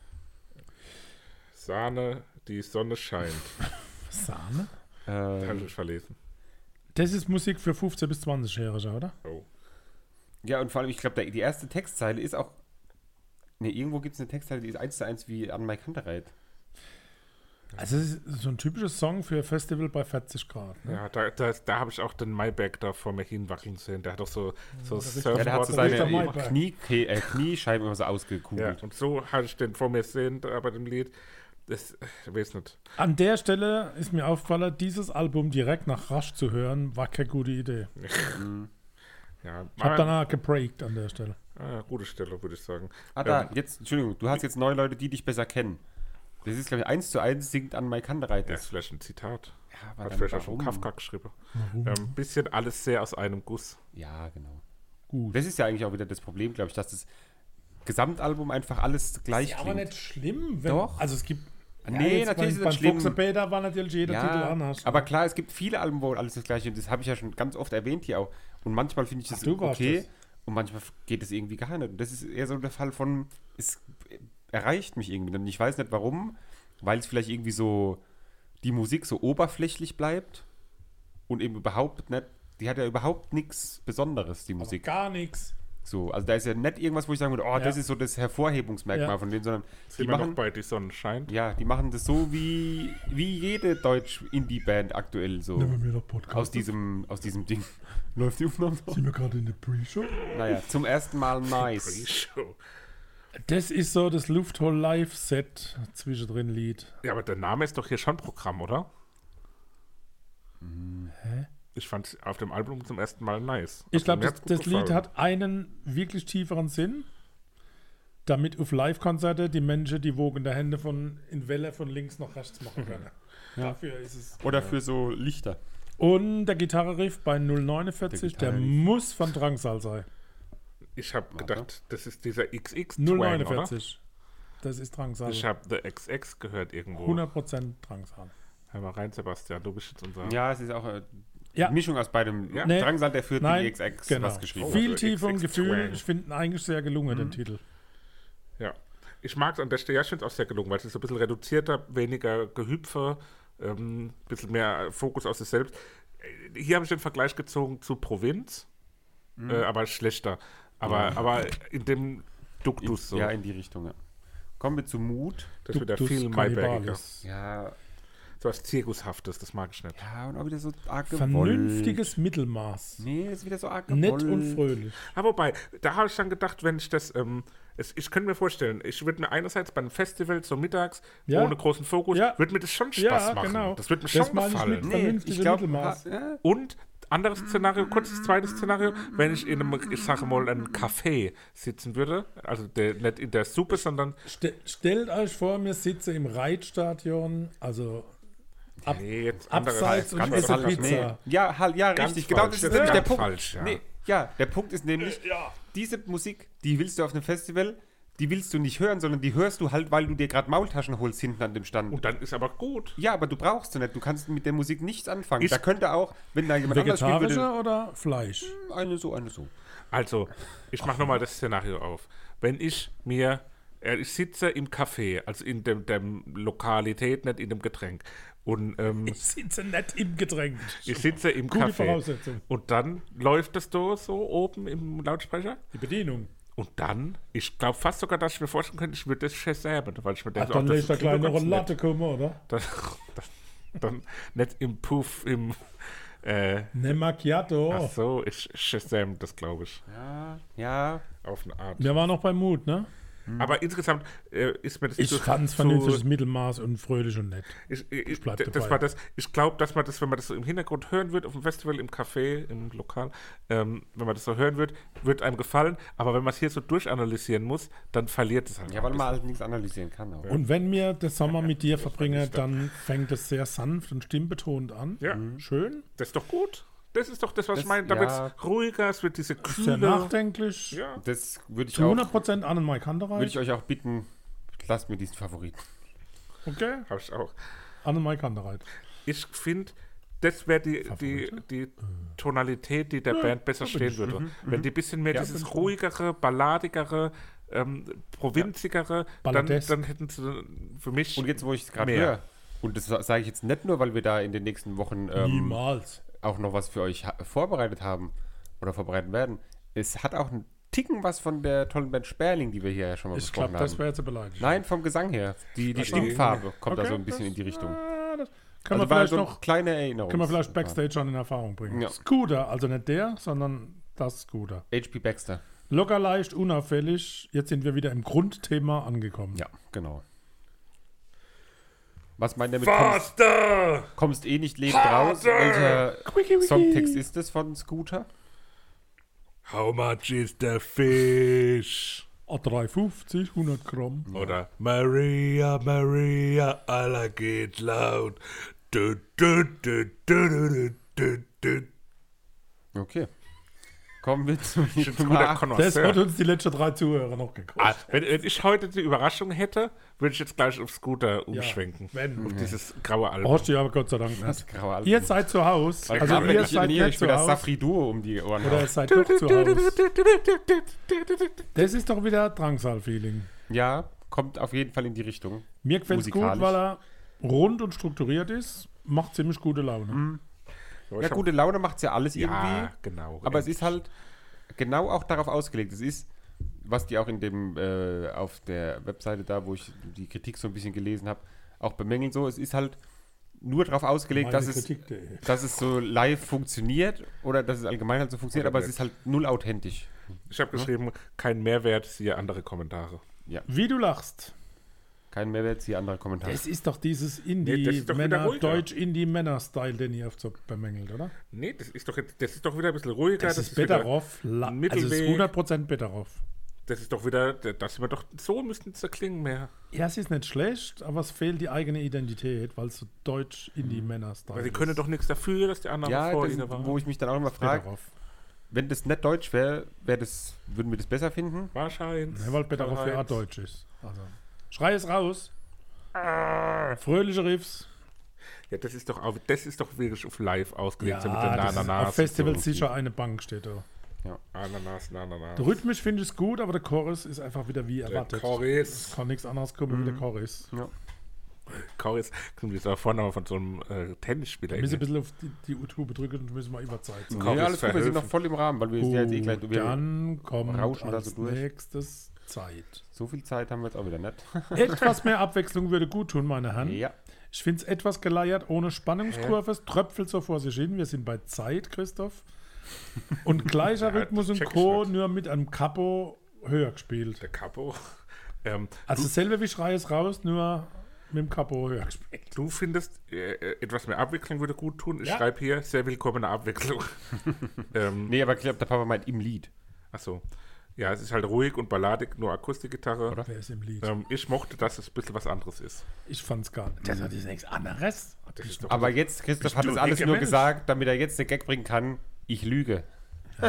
Sahne, die Sonne scheint. Sahne? Habe ich verlesen. Das ist Musik für 15- bis 20-Jährige, oder? Oh. Ja, und vor allem, ich glaube, die erste Textzeile ist auch. Ne, irgendwo gibt es eine Textzeile, die ist 1:1 wie an Mike Kantereit. Also es ist so ein typisches Song für ein Festival bei 40 Grad. Ne? Ja, da habe ich auch den Mayberg da vor mir hinwackeln sehen. Der hat doch so Ja, der hat so Surfboard- seine Mayberg. Kniescheiben immer so Ja, ausgekugelt. und so hatte ich den vor mir sehen da bei dem Lied. Das, ich weiß nicht. An der Stelle ist mir aufgefallen, dieses Album direkt nach Rush zu hören, war keine gute Idee. Ja, Ich habe danach gebreakt an der Stelle. gute Stelle, würde ich sagen. Da, jetzt, Entschuldigung, du hast jetzt 9 Leute, die dich besser kennen. Das ist, glaube ich, 1:1 singt an Mike Kantereit. Ja, ist vielleicht ein Zitat. Ja, aber Hat dann vielleicht auch schon warum? Kafka geschrieben. Bisschen alles sehr aus einem Guss. Ja, genau. Gut. Das ist ja eigentlich auch wieder das Problem, glaube ich, dass das Gesamtalbum einfach alles gleich Ja, aber klingt. nicht schlimm. Wenn, Doch. Also es gibt... Nee, jetzt natürlich ist beim das schlimm. Fuchs Beta war natürlich jeder Titel anders. aber klar, es gibt viele Alben, wo alles das gleiche ist. Das habe ich ja schon ganz oft erwähnt hier auch. Und manchmal finde ich das du warst okay das. und manchmal geht es irgendwie gar nicht. Und das ist eher so der Fall von, es erreicht mich irgendwie. Und ich weiß nicht warum, weil es vielleicht irgendwie so, die Musik so oberflächlich bleibt und eben überhaupt nicht, die hat ja überhaupt nichts Besonderes, die Musik. Gar nichts. So, also da ist ja nicht irgendwas, wo ich sagen würde, oh, das ist so das Hervorhebungsmerkmal Ja. von denen, sondern Sind die wir machen, noch bei Die Sonne scheint? ja, die machen das so wie jede Deutsch-Indie-Band aktuell so. Nehmen wir noch Podcast. Aus diesem Ding. Läuft die Aufnahme noch? Sind wir gerade in der Pre-Show? Naja, zum ersten Mal nice. Pre-Show. Das ist so das Lufthol Live-Set zwischendrin Lied. Ja, aber der Name ist doch hier schon Programm, oder? Ich fand es auf dem Album zum ersten Mal nice. Ich glaube, Mir hat's gut das Lied gefallen. hat einen wirklich tieferen Sinn, damit auf Live-Konzerte die Menschen die wogende Hände in Welle von links nach rechts machen können. Dafür ist es. Oder für so Lichter. Und der Gitarre-Riff bei 049, der muss von Drangsal sein. Ich habe gedacht, das ist dieser XX 049. Das ist Drangsal. Ich habe The XX gehört irgendwo. 100% Drangsal. Hör mal rein, Sebastian, du bist jetzt unser... Ja, es ist auch Ja. Mischung aus beidem. Ja. Nee. Drangsal, der führt Nein, die XX genau. was geschrieben. Viel Also Tiefe und XX Gefühl. Twang. Ich finde ihn eigentlich sehr gelungen, den Titel. Ja. Ich mag es an der Stelle, ja, ich finde es auch sehr gelungen, weil es ist so ein bisschen reduzierter, weniger Gehüpfe, ein bisschen mehr Fokus auf sich selbst. Hier habe ich den Vergleich gezogen zu Provinz, aber schlechter. Aber in dem Duktus so. Ja, in die Richtung, ja. Kommen wir zu Mut. Das wird ja Duktus viel Maybergiger. Cannibalis. Ja, So was Zirkushaftes, das mag ich nicht. ja, und auch wieder so arg gewollt. Vernünftiges Mittelmaß. Nee, ist wieder so arg Nett gewollt. und fröhlich. Aber wobei, da habe ich dann gedacht, wenn ich das, ich könnte mir vorstellen, ich würde mir einerseits bei einem Festival so mittags, Ja. ohne großen Fokus, Ja. würde mir das schon Spaß Ja, machen. genau. Das wird mir Das schon meine ich gefallen. mit- Nee, Vernünftige ich glaube, Mittelmaß. ja, Und anderes Szenario, kurzes zweites Szenario, wenn ich in einem, ich sage mal, einem Café sitzen würde, also nicht in der Suppe, sondern Stellt euch vor, wir sitzen im Reitstadion, also nee, jetzt anderes- abseits und ganz essen falsch. Pizza. Ja, halt, ja, Ganz richtig. Genau, falsch. das Das ist nämlich ist der ganz Punkt. falsch, ja. Nee, ja, der Punkt ist nämlich, diese Musik, die willst du auf einem Festival, die willst du nicht hören, sondern die hörst du halt, weil du dir gerade Maultaschen holst hinten an dem Stand. Und dann ist aber gut. Ja, aber du brauchst sie nicht. Du kannst mit der Musik nichts anfangen. Ich- Da könnte auch, wenn da jemand anders spielen Vegetarische würde, oder Fleisch? eine so, eine so. Also, ich mache nochmal das Szenario auf. Wenn ich ich sitze im Café, also in dem Lokalität, nicht in dem Getränk. Und Ich sitze nicht im Getränk. ich sitze im Gute Café. Voraussetzung. Und dann läuft es da so oben im Lautsprecher. Die Bedienung. Und dann, ich glaube fast sogar, dass ich mir vorstellen könnte, ich würde das Shazamen, weil ich mir denke, Dann das lässt der klingt kleine doch ganz Rollatte nett. kommen, oder? Dann nicht im Puff, Ne Macchiato. ach so, ich Shazam, das glaube ich, Ja. auf eine Art. Der war noch bei Mut, ne? Aber insgesamt ist mir das Ich so- fand es so- vernünftiges Mittelmaß und fröhlich und nett. Ich bleib das dabei. war das. Ich glaube, dass man das, wenn man das so im Hintergrund hören wird, auf dem Festival, im Café, im Lokal, wenn man das so hören wird einem gefallen. Aber wenn man es hier so durchanalysieren muss, dann verliert es halt. Ja, auch weil ein man halt nichts analysieren kann. Auch. Und wenn wir den Sommer mit dir verbringen, dann fängt es sehr sanft und stimmbetont an. Ja. Schön. Das ist doch gut. Das ist doch das, was Das- ich meine. Da ja. wird es ruhiger, es wird diese Sehr Kühle. nachdenklich. Ja. Das würde ich, Zu auch, 100% an den Mike würde Handereit. ich euch auch bitten, lasst mir diesen Favoriten. Okay. Habe ich auch. An den Mike Handereit. Ich finde, das wäre die Tonalität, die der Band besser stehen würde. Wenn die ein bisschen mehr dieses ruhigere, balladigere, provinzigere, dann Balladesk. hätten sie für mich. Und jetzt, wo ich es gerade Mehr. höre, und das sage ich jetzt nicht nur, weil wir da in den nächsten Wochen Niemals. auch noch was für euch vorbereitet haben oder vorbereiten werden. Es hat auch einen Ticken was von der tollen Band Sperling, die wir hier ja schon mal Ich besprochen glaube, das haben. wäre jetzt eine Beleidigung. Nein, vom Gesang her. Die Stimmfarbe kommt da so ein bisschen in die Richtung. Das können Also wir war vielleicht so noch eine kleine Erinnerung. können wir vielleicht Backstage schon in Erfahrung bringen. Ja. Scooter, also nicht der, sondern das Scooter. HP Baxter. Locker, leicht, unauffällig. Jetzt sind wir wieder im Grundthema angekommen. Ja, genau. Was meint ihr mit Faster! kommst eh nicht lebend raus? Welcher Songtext ist das von Scooter? How much is the fish? A350, 100 Gramm. Oder Maria, Maria, I like it loud. Du, du, du, du, du, du, du. Okay. Kommen wir zu Ich bin ein Nummer guter 8. Das Connoisseur. hat uns die letzten 3 Zuhörer noch gekostet. Wenn ich heute die Überraschung hätte, würde ich jetzt gleich auf Scooter umschwenken. Wenn. Auf dieses graue Album. Brauchst du ja aber Gott sei Dank nicht. Das graue Album. Ihr seid zu Hause. Weil Also gerade wenn ihr ich seid hier nicht wieder zu das Hause. Safri Duo um die Ohren Oder ihr habe. seid doch zu Hause. Das ist doch wieder Drangsal-Feeling. Ja, kommt auf jeden Fall in die Richtung. Mir gefällt es gut, Musikalisch. weil er rund und strukturiert ist. Macht ziemlich gute Laune. Ja, gute Laune macht es ja alles irgendwie. Ja, genau. Aber es ist halt genau auch darauf ausgelegt. Es ist, was die auch in dem, auf der Webseite da, wo ich die Kritik so ein bisschen gelesen habe, auch bemängeln so, es ist halt nur darauf ausgelegt, dass es so live funktioniert oder dass es allgemein halt so funktioniert, aber es ist halt null authentisch. Ich habe geschrieben, kein Mehrwert, siehe andere Kommentare. Wie du lachst. Kein Mehrwert, hier andere Kommentare. Das ist doch dieses Nee, das ist doch wieder ruhiger. Deutsch-Indie-Männer-Style, den ihr oft so bemängelt, oder? Nee, das ist doch wieder ein bisschen ruhiger. Das ist wieder Betteroff. ein Also es Mittelweg. ist 100% Betteroff. Das ist doch wieder, das sind wir doch, so müssten es klingen mehr. Ja, es ist nicht schlecht, aber es fehlt die eigene Identität, weil es so Deutsch-Indie-Männer-Style Weil sie ist. können doch nichts dafür, dass die anderen Ja, vor das, ihnen waren. wo ich mich dann auch immer frage, Betteroff. wenn das nicht Deutsch wäre, würden wir das besser finden? Wahrscheinlich. Ja, weil Betteroff ja auch Wahrheit. Deutsch ist. Also, schrei es raus. Fröhliche Riffs. Ja, das ist doch wirklich auf live ausgelegt, so mit den das ist Ananas. auf Festivals so. sicher eine Bank steht da. Ananas. Rhythmisch finde ich es gut, aber der Chorus ist einfach wieder wie Der erwartet. Chorus. Es kann nichts anderes kommen wie der Chorus. Chorus kommt jetzt auch Vorname von so einem Tennisspieler. Wir müssen ein bisschen auf die U-Tube drücken und müssen mal Überzeit. Chorus Nee, alles gut, wir sind verhelfen. noch voll im Rahmen, weil wir sind ja jetzt gleich. Wir, Dann kommt rauschen da als so durch. nächstes Zeit. so viel Zeit haben wir jetzt auch wieder nicht. Etwas mehr Abwechslung würde gut tun, meine Herren. Ja. Ich finde es etwas geleiert, ohne Spannungskurve. Es tröpfelt so vor sich hin. Wir sind bei Zeit, Christoph. Und gleicher Rhythmus und check ich Co., nicht. nur mit einem Capo höher gespielt. Der Capo. Also dasselbe wie Schrei es raus, nur mit dem Capo höher gespielt. Du findest, etwas mehr Abwechslung würde gut tun. Ich Ja. schreibe hier, sehr willkommene Abwechslung. Nee, aber ich glaube, der Papa meint im Lied. Achso. Ja, es ist halt ruhig und balladig, nur Akustikgitarre. Oder? Wer ist im Lied? Ich mochte, dass es ein bisschen was anderes ist. Ich fand's gar nicht. Das ist nichts anderes. Das ist doch Aber jetzt, Christoph hat du das alles dicke nur Mensch? gesagt, damit er jetzt den Gag bringen kann. Ich lüge. So.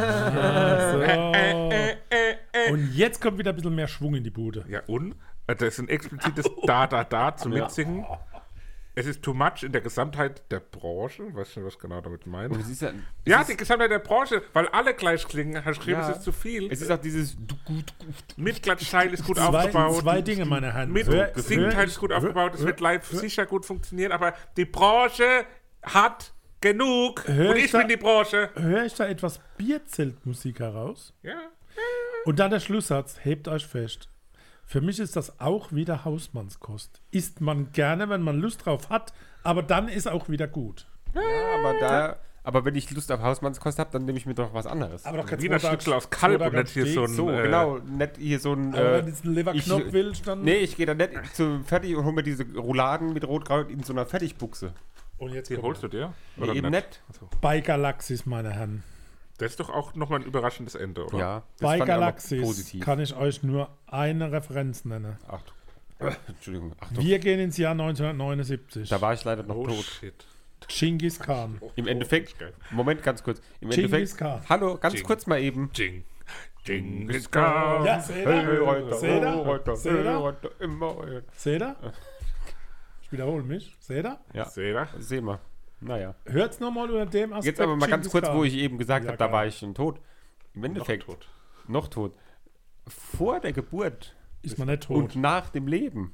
Und jetzt kommt wieder ein bisschen mehr Schwung in die Bude. Ja, und? Das ist ein explizites Da zum Mitsingen. Es ist too much in der Gesamtheit der Branche. Weißt du, was genau damit Und meint? es ist ja, Ja, die Gesamtheit der Branche, weil alle gleich klingen. Hast geschrieben, Ja. es ist zu viel. es ist auch dieses Mitklatschteil ist gut aufgebaut. Zwei Dinge, meine Herren. Singteil ist gut aufgebaut. Es wird live sicher gut funktionieren, aber die Branche hat genug. Hör Und ich ich da- bin die Branche. Höre ich da etwas Bierzeltmusik heraus? Ja. Und dann der Schlusssatz, hebt euch fest. Für mich ist das auch wieder Hausmannskost. Isst man gerne, wenn man Lust drauf hat, aber dann ist auch wieder gut. aber wenn ich Lust auf Hausmannskost habe, dann nehme ich mir doch was anderes. Aber doch kein Wiener Schnitzel aus Kalb und nicht hier so ein... So, genau, nicht hier so ein. Aber wenn du jetzt einen Leberknopf willst, dann... Nee, ich gehe dann nicht zu fertig und hole mir diese Rouladen mit Rotkraut in so einer Fertigbuchse. Und jetzt Die kommt holst du dir? Nee, eben nicht. bei Galaxis, meine Herren. Das ist doch auch nochmal ein überraschendes Ende, oder? Ja, das Bei fand ich auch noch Galaxis positiv. kann ich euch nur eine Referenz nennen. Achtung. Entschuldigung, Achtung. Wir gehen ins Jahr 1979. Da war ich leider noch Oh, tot. shit. Genghis Khan. Im Endeffekt, Moment, ganz kurz. Im Genghis Endeffekt, Khan. hallo, ganz Jing. kurz mal eben. Genghis Khan. Ja, seht Hey, ihr? heute, Seht ihr? heute, Seht ihr? heute, immer heute. Seht ihr? Ich wiederhole mich. Seht ihr? Ja, Seht ihr? sehen wir. Naja. Hört's nochmal unter dem Aspekt. Jetzt aber mal ganz Genghis kurz, Khan. wo ich eben gesagt Ja, habe, da geil. war ich schon tot. Im Endeffekt, tot. noch tot. Vor der Geburt Ist man nicht tot. und nach dem Leben.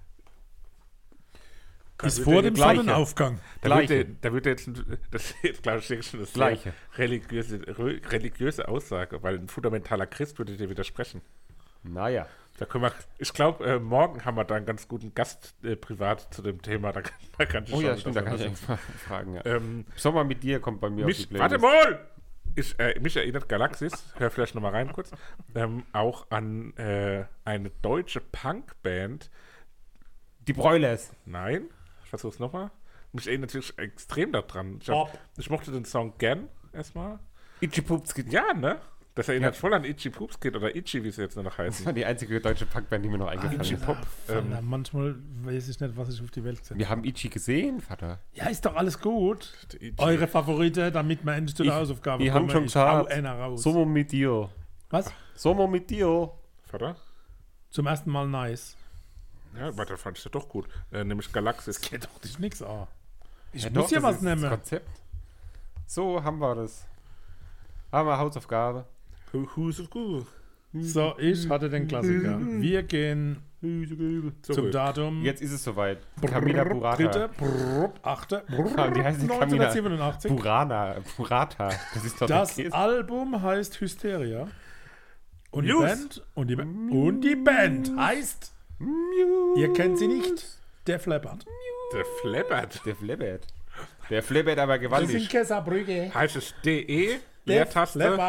ist wird vor der dem Gleiche. Sonnenaufgang. Gleiche. Da wird jetzt, das ist jetzt, glaube ich, schon eine sehr Gleiche. religiöse Aussage, weil ein fundamentaler Christ würde dir widersprechen. Naja. Da können wir, ich glaube, morgen haben wir da einen ganz guten Gast privat zu dem Thema. Da kann ich Oh schon ja, stimmt, da kann ich was eigentlich mal fragen. Ja. sagen. Sommer mit dir kommt bei mir auf die Mich, Playlist. warte mal! Mich erinnert Galaxis, hör vielleicht nochmal rein kurz, auch an eine deutsche Punkband. Die Broilers. Nein, ich versuch's nochmal. Mich erinnert natürlich extrem daran. Bob. Ich mochte den Song gern erstmal. Itchy Poops. Ja, ne? Das erinnert Ja. voll an Itchy Poops Kid oder Itchy, wie es jetzt nur noch Das heißt. war die einzige deutsche Punkband, die mir noch eingefallen Itchy ist. Pop. Vater, manchmal weiß ich nicht, was ich auf die Welt setze. Wir haben Itchy gesehen, Vater. Ja, ist doch alles gut. Itchy. Eure Favorite, damit wir endlich zu der Hausaufgabe Wir haben schon Ich hau gesagt, einer raus. Sommer mit dir. Was? Sommer mit dir. Vater? Zum ersten Mal nice. Ja, warte, fand ich ja doch gut. Nämlich Galaxis. Geht doch dich nix an. Ich Ja, muss doch, hier das was ist das nehmen. Konzept. So haben wir das. Haben wir Hausaufgabe. Who's of cool? So, ich hatte den Klassiker. Wir gehen zum Datum. Jetzt ist es soweit. Camila Burrata. Dritte, achte, Die heißt nicht Camila 1987. Burrata. Das ist doch Das der Käse. Album heißt Hysteria. Und die Muse. Band, und die Band heißt, ihr kennt sie nicht, der Flappert. Der Flappert. Der Flappert. Der Flappert aber Das ist in gewaltig. Kesserbrücke. Heißt es DE, Der Leertaste, Flappert.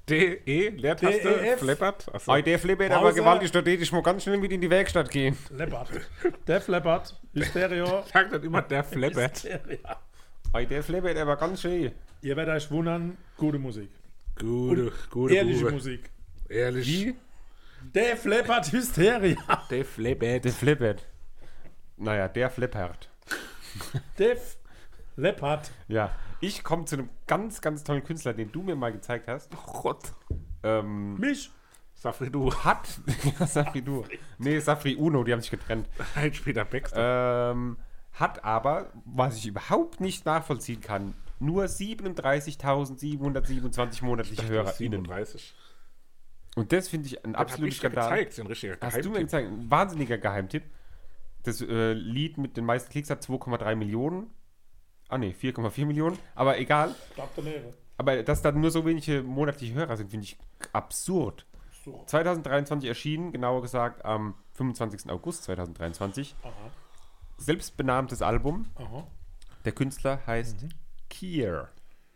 D-E, Leertaste, D-E-F. flippert. Achso. Oh, der flippert aber gewaltig, da ich mal ganz schnell mit in die Werkstatt gehen. Leppard. Def Leppard. Hysterio. Sagt dann immer der flippert. Hysteria. Oh, der flippert aber ganz schön. Ihr werdet euch wundern, gute Musik. Gute Ehrliche Bube. Musik. Ehrlich. Wie? Def Leppard Hysteria. Der flippert. Der flippert. Naja, der flippert. Def Leppard. Ja, ich komme zu einem ganz, ganz tollen Künstler, den du mir mal gezeigt hast. Oh Gott. Mich. Safri, du. Hat. Safri du. Nee, Safri Uno, die haben sich getrennt. Ein später Baxter. Hat aber, was ich überhaupt nicht nachvollziehen kann, nur 37.727 monatliche HörerInnen. 37. Und das finde ich ein absoluter Skandal. Gezeigt, so ein richtiger Hast du mir Geheimtipp. gezeigt? Ein wahnsinniger Geheimtipp. Das Lied mit den meisten Klicks hat 2,3 Millionen. Ah ne, 4,4 Millionen. Aber egal. Aber dass da nur so wenige monatliche Hörer sind, finde ich absurd. 2023 erschienen, genauer gesagt am 25. August 2023. Aha. Selbstbenanntes Album. Aha. Der Künstler heißt Kier.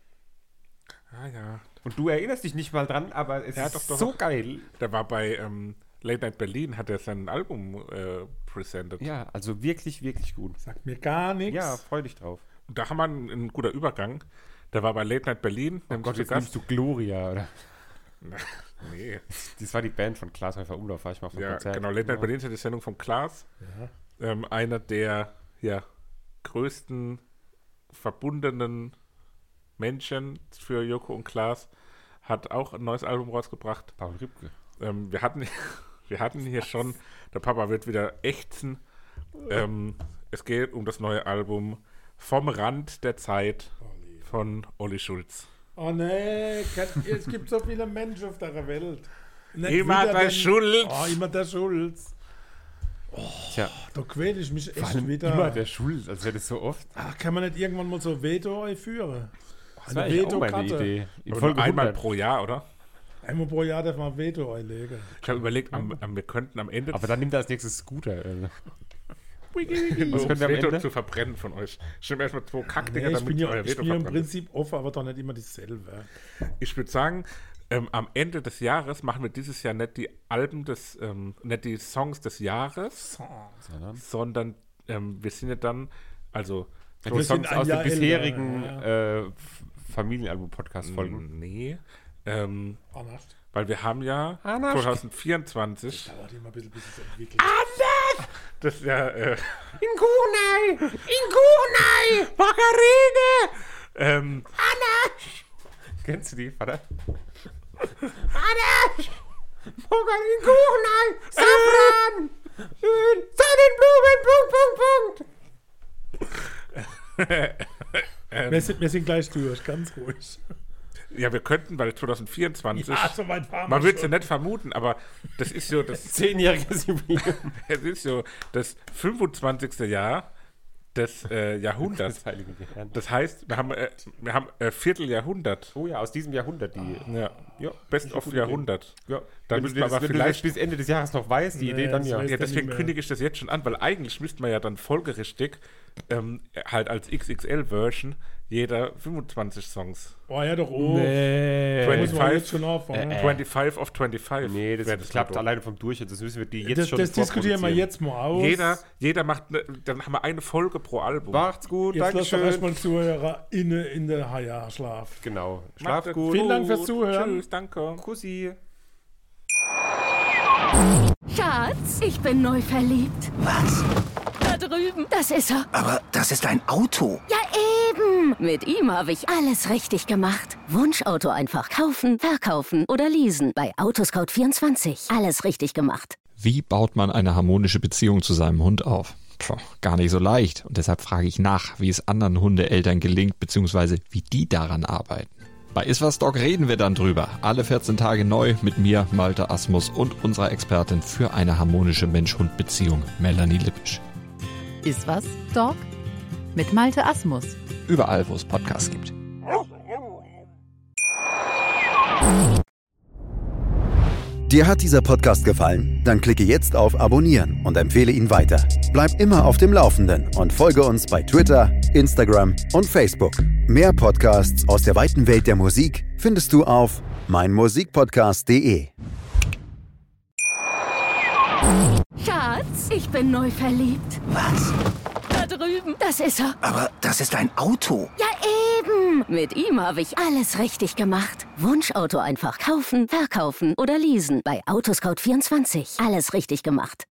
Ah ja. Und du erinnerst dich nicht mal dran, aber es Ja, ist doch. so geil. Der war bei Late Night Berlin, hat er sein Album presented. Ja, also wirklich, wirklich gut. Sagt mir gar nichts. Ja, freu dich drauf. Und da haben wir einen guter Übergang. Der war bei Late Night Berlin. Oh Gott, jetzt nimmst du Gloria, oder? Nee. Das war die Band von Klaas Häufer Umlauf, war ich mal vom Ja, Konzert. genau. Late Night Berlin ist ja die Sendung von Klaas. Ja. Einer der größten verbundenen Menschen für Joko und Klaas hat auch ein neues Album rausgebracht. Paul Rübke. Wir hatten hier schon, der Papa wird wieder ächzen. Es geht um das neue Album Vom Rand der Zeit von Olli Schulz. Oh nee, es gibt so viele Menschen auf der Welt. Nicht Immer wieder der Schulz. Oh, immer der Schulz. Tja, Da quäle ich mich vor echt allem wieder. immer der Schulz, als wäre das so oft. Ach, kann man nicht irgendwann mal so Veto einführen? Das war eigentlich auch meine Veto-Karte. Idee. In Aber Folge nur einmal 100. pro Jahr, oder? Einmal pro Jahr darf man Veto einlegen. Ich habe überlegt, wir könnten am Ende Aber dann nimmt er als nächstes Scooter. was können wir am Veto Ende? zu verbrennen von euch. Stimmt erstmal 2 Kackdinger, Nee, ich damit bin ja, euer ich Veto bin ja im verbrennt. Prinzip offen, aber doch nicht immer dasselbe. Ich würde sagen, am Ende des Jahres machen wir dieses Jahr nicht die Alben nicht die Songs des Jahres, sondern wir sind ja dann, also Die Wir sind Songs ein aus den Jahr älter, bisherigen Familienalbum-Podcast-Folgen. nee, Anders. weil wir haben ja Anders. 2024 Dauert immer ein bisschen, bis es entwickelt. das ist ja In Kuhnei! Margarine! Kennst du die, Vater? Margarine, Kuhnei! Safran! Sonnenblumen, Wir sind gleich durch, ganz ruhig. ja, wir könnten, weil 2024 so weit fahren man wir würde es ja schon. nicht vermuten, aber das ist so das 10-jähriges Jubiläum. es ist so das 25. Jahr des Jahrhunderts. Heilige Herren. Das heißt, wir haben Vierteljahrhundert. Oh ja, aus diesem Jahrhundert. Ja, Best of Jahrhundert. Ja. Dann Wenn müssen du wir das, aber wenn du das vielleicht. bis Ende des Jahres noch weißt, die Nee, Idee dann das ja. weiß Ja, nicht deswegen mehr. kündige ich das jetzt schon an, weil eigentlich müsste man ja dann folgerichtig halt als XXL-Version jeder 25 Songs. Oh ja, doch, oh. Nee. Muss man jetzt schon anfangen. 25 of 25. Nee, wäre das klappt Motto. alleine vom Durchschnitt. Das müssen wir die jetzt Das, schon das diskutieren wir vorproduzieren. jetzt mal aus. Jeder macht, dann haben wir eine Folge pro Album. Macht's gut, Jetzt lasst doch Dankeschön. erstmal Zuhörer in der Schlaf. Genau. Macht Schlaf es gut. Vielen Dank fürs Zuhören. Tschüss, danke. Kussi. Schatz, ich bin neu verliebt. Was? Da drüben. Das ist er. Aber das ist ein Auto. Ja, eben. Mit ihm habe ich alles richtig gemacht. Wunschauto einfach kaufen, verkaufen oder leasen. Bei Autoscout24. Alles richtig gemacht. Wie baut man eine harmonische Beziehung zu seinem Hund auf? Gar nicht so leicht. Und deshalb frage ich nach, wie es anderen Hundeeltern gelingt, beziehungsweise wie die daran arbeiten. Bei Iswas Dog reden wir dann drüber. Alle 14 Tage neu mit mir, Malte Asmus und unserer Expertin für eine harmonische Mensch-Hund-Beziehung, Melanie Lippisch. Iswas Dog mit Malte Asmus. Überall, wo es Podcasts gibt. Dir hat dieser Podcast gefallen? Dann klicke jetzt auf Abonnieren und empfehle ihn weiter. Bleib immer auf dem Laufenden und folge uns bei Twitter, Instagram und Facebook. Mehr Podcasts aus der weiten Welt der Musik findest du auf meinmusikpodcast.de. Schatz, ich bin neu verliebt. Was? Da drüben. Das ist er. Aber das ist ein Auto. Ja, eben. Mit ihm habe ich alles richtig gemacht. Wunschauto einfach kaufen, verkaufen oder leasen. Bei Autoscout24. Alles richtig gemacht.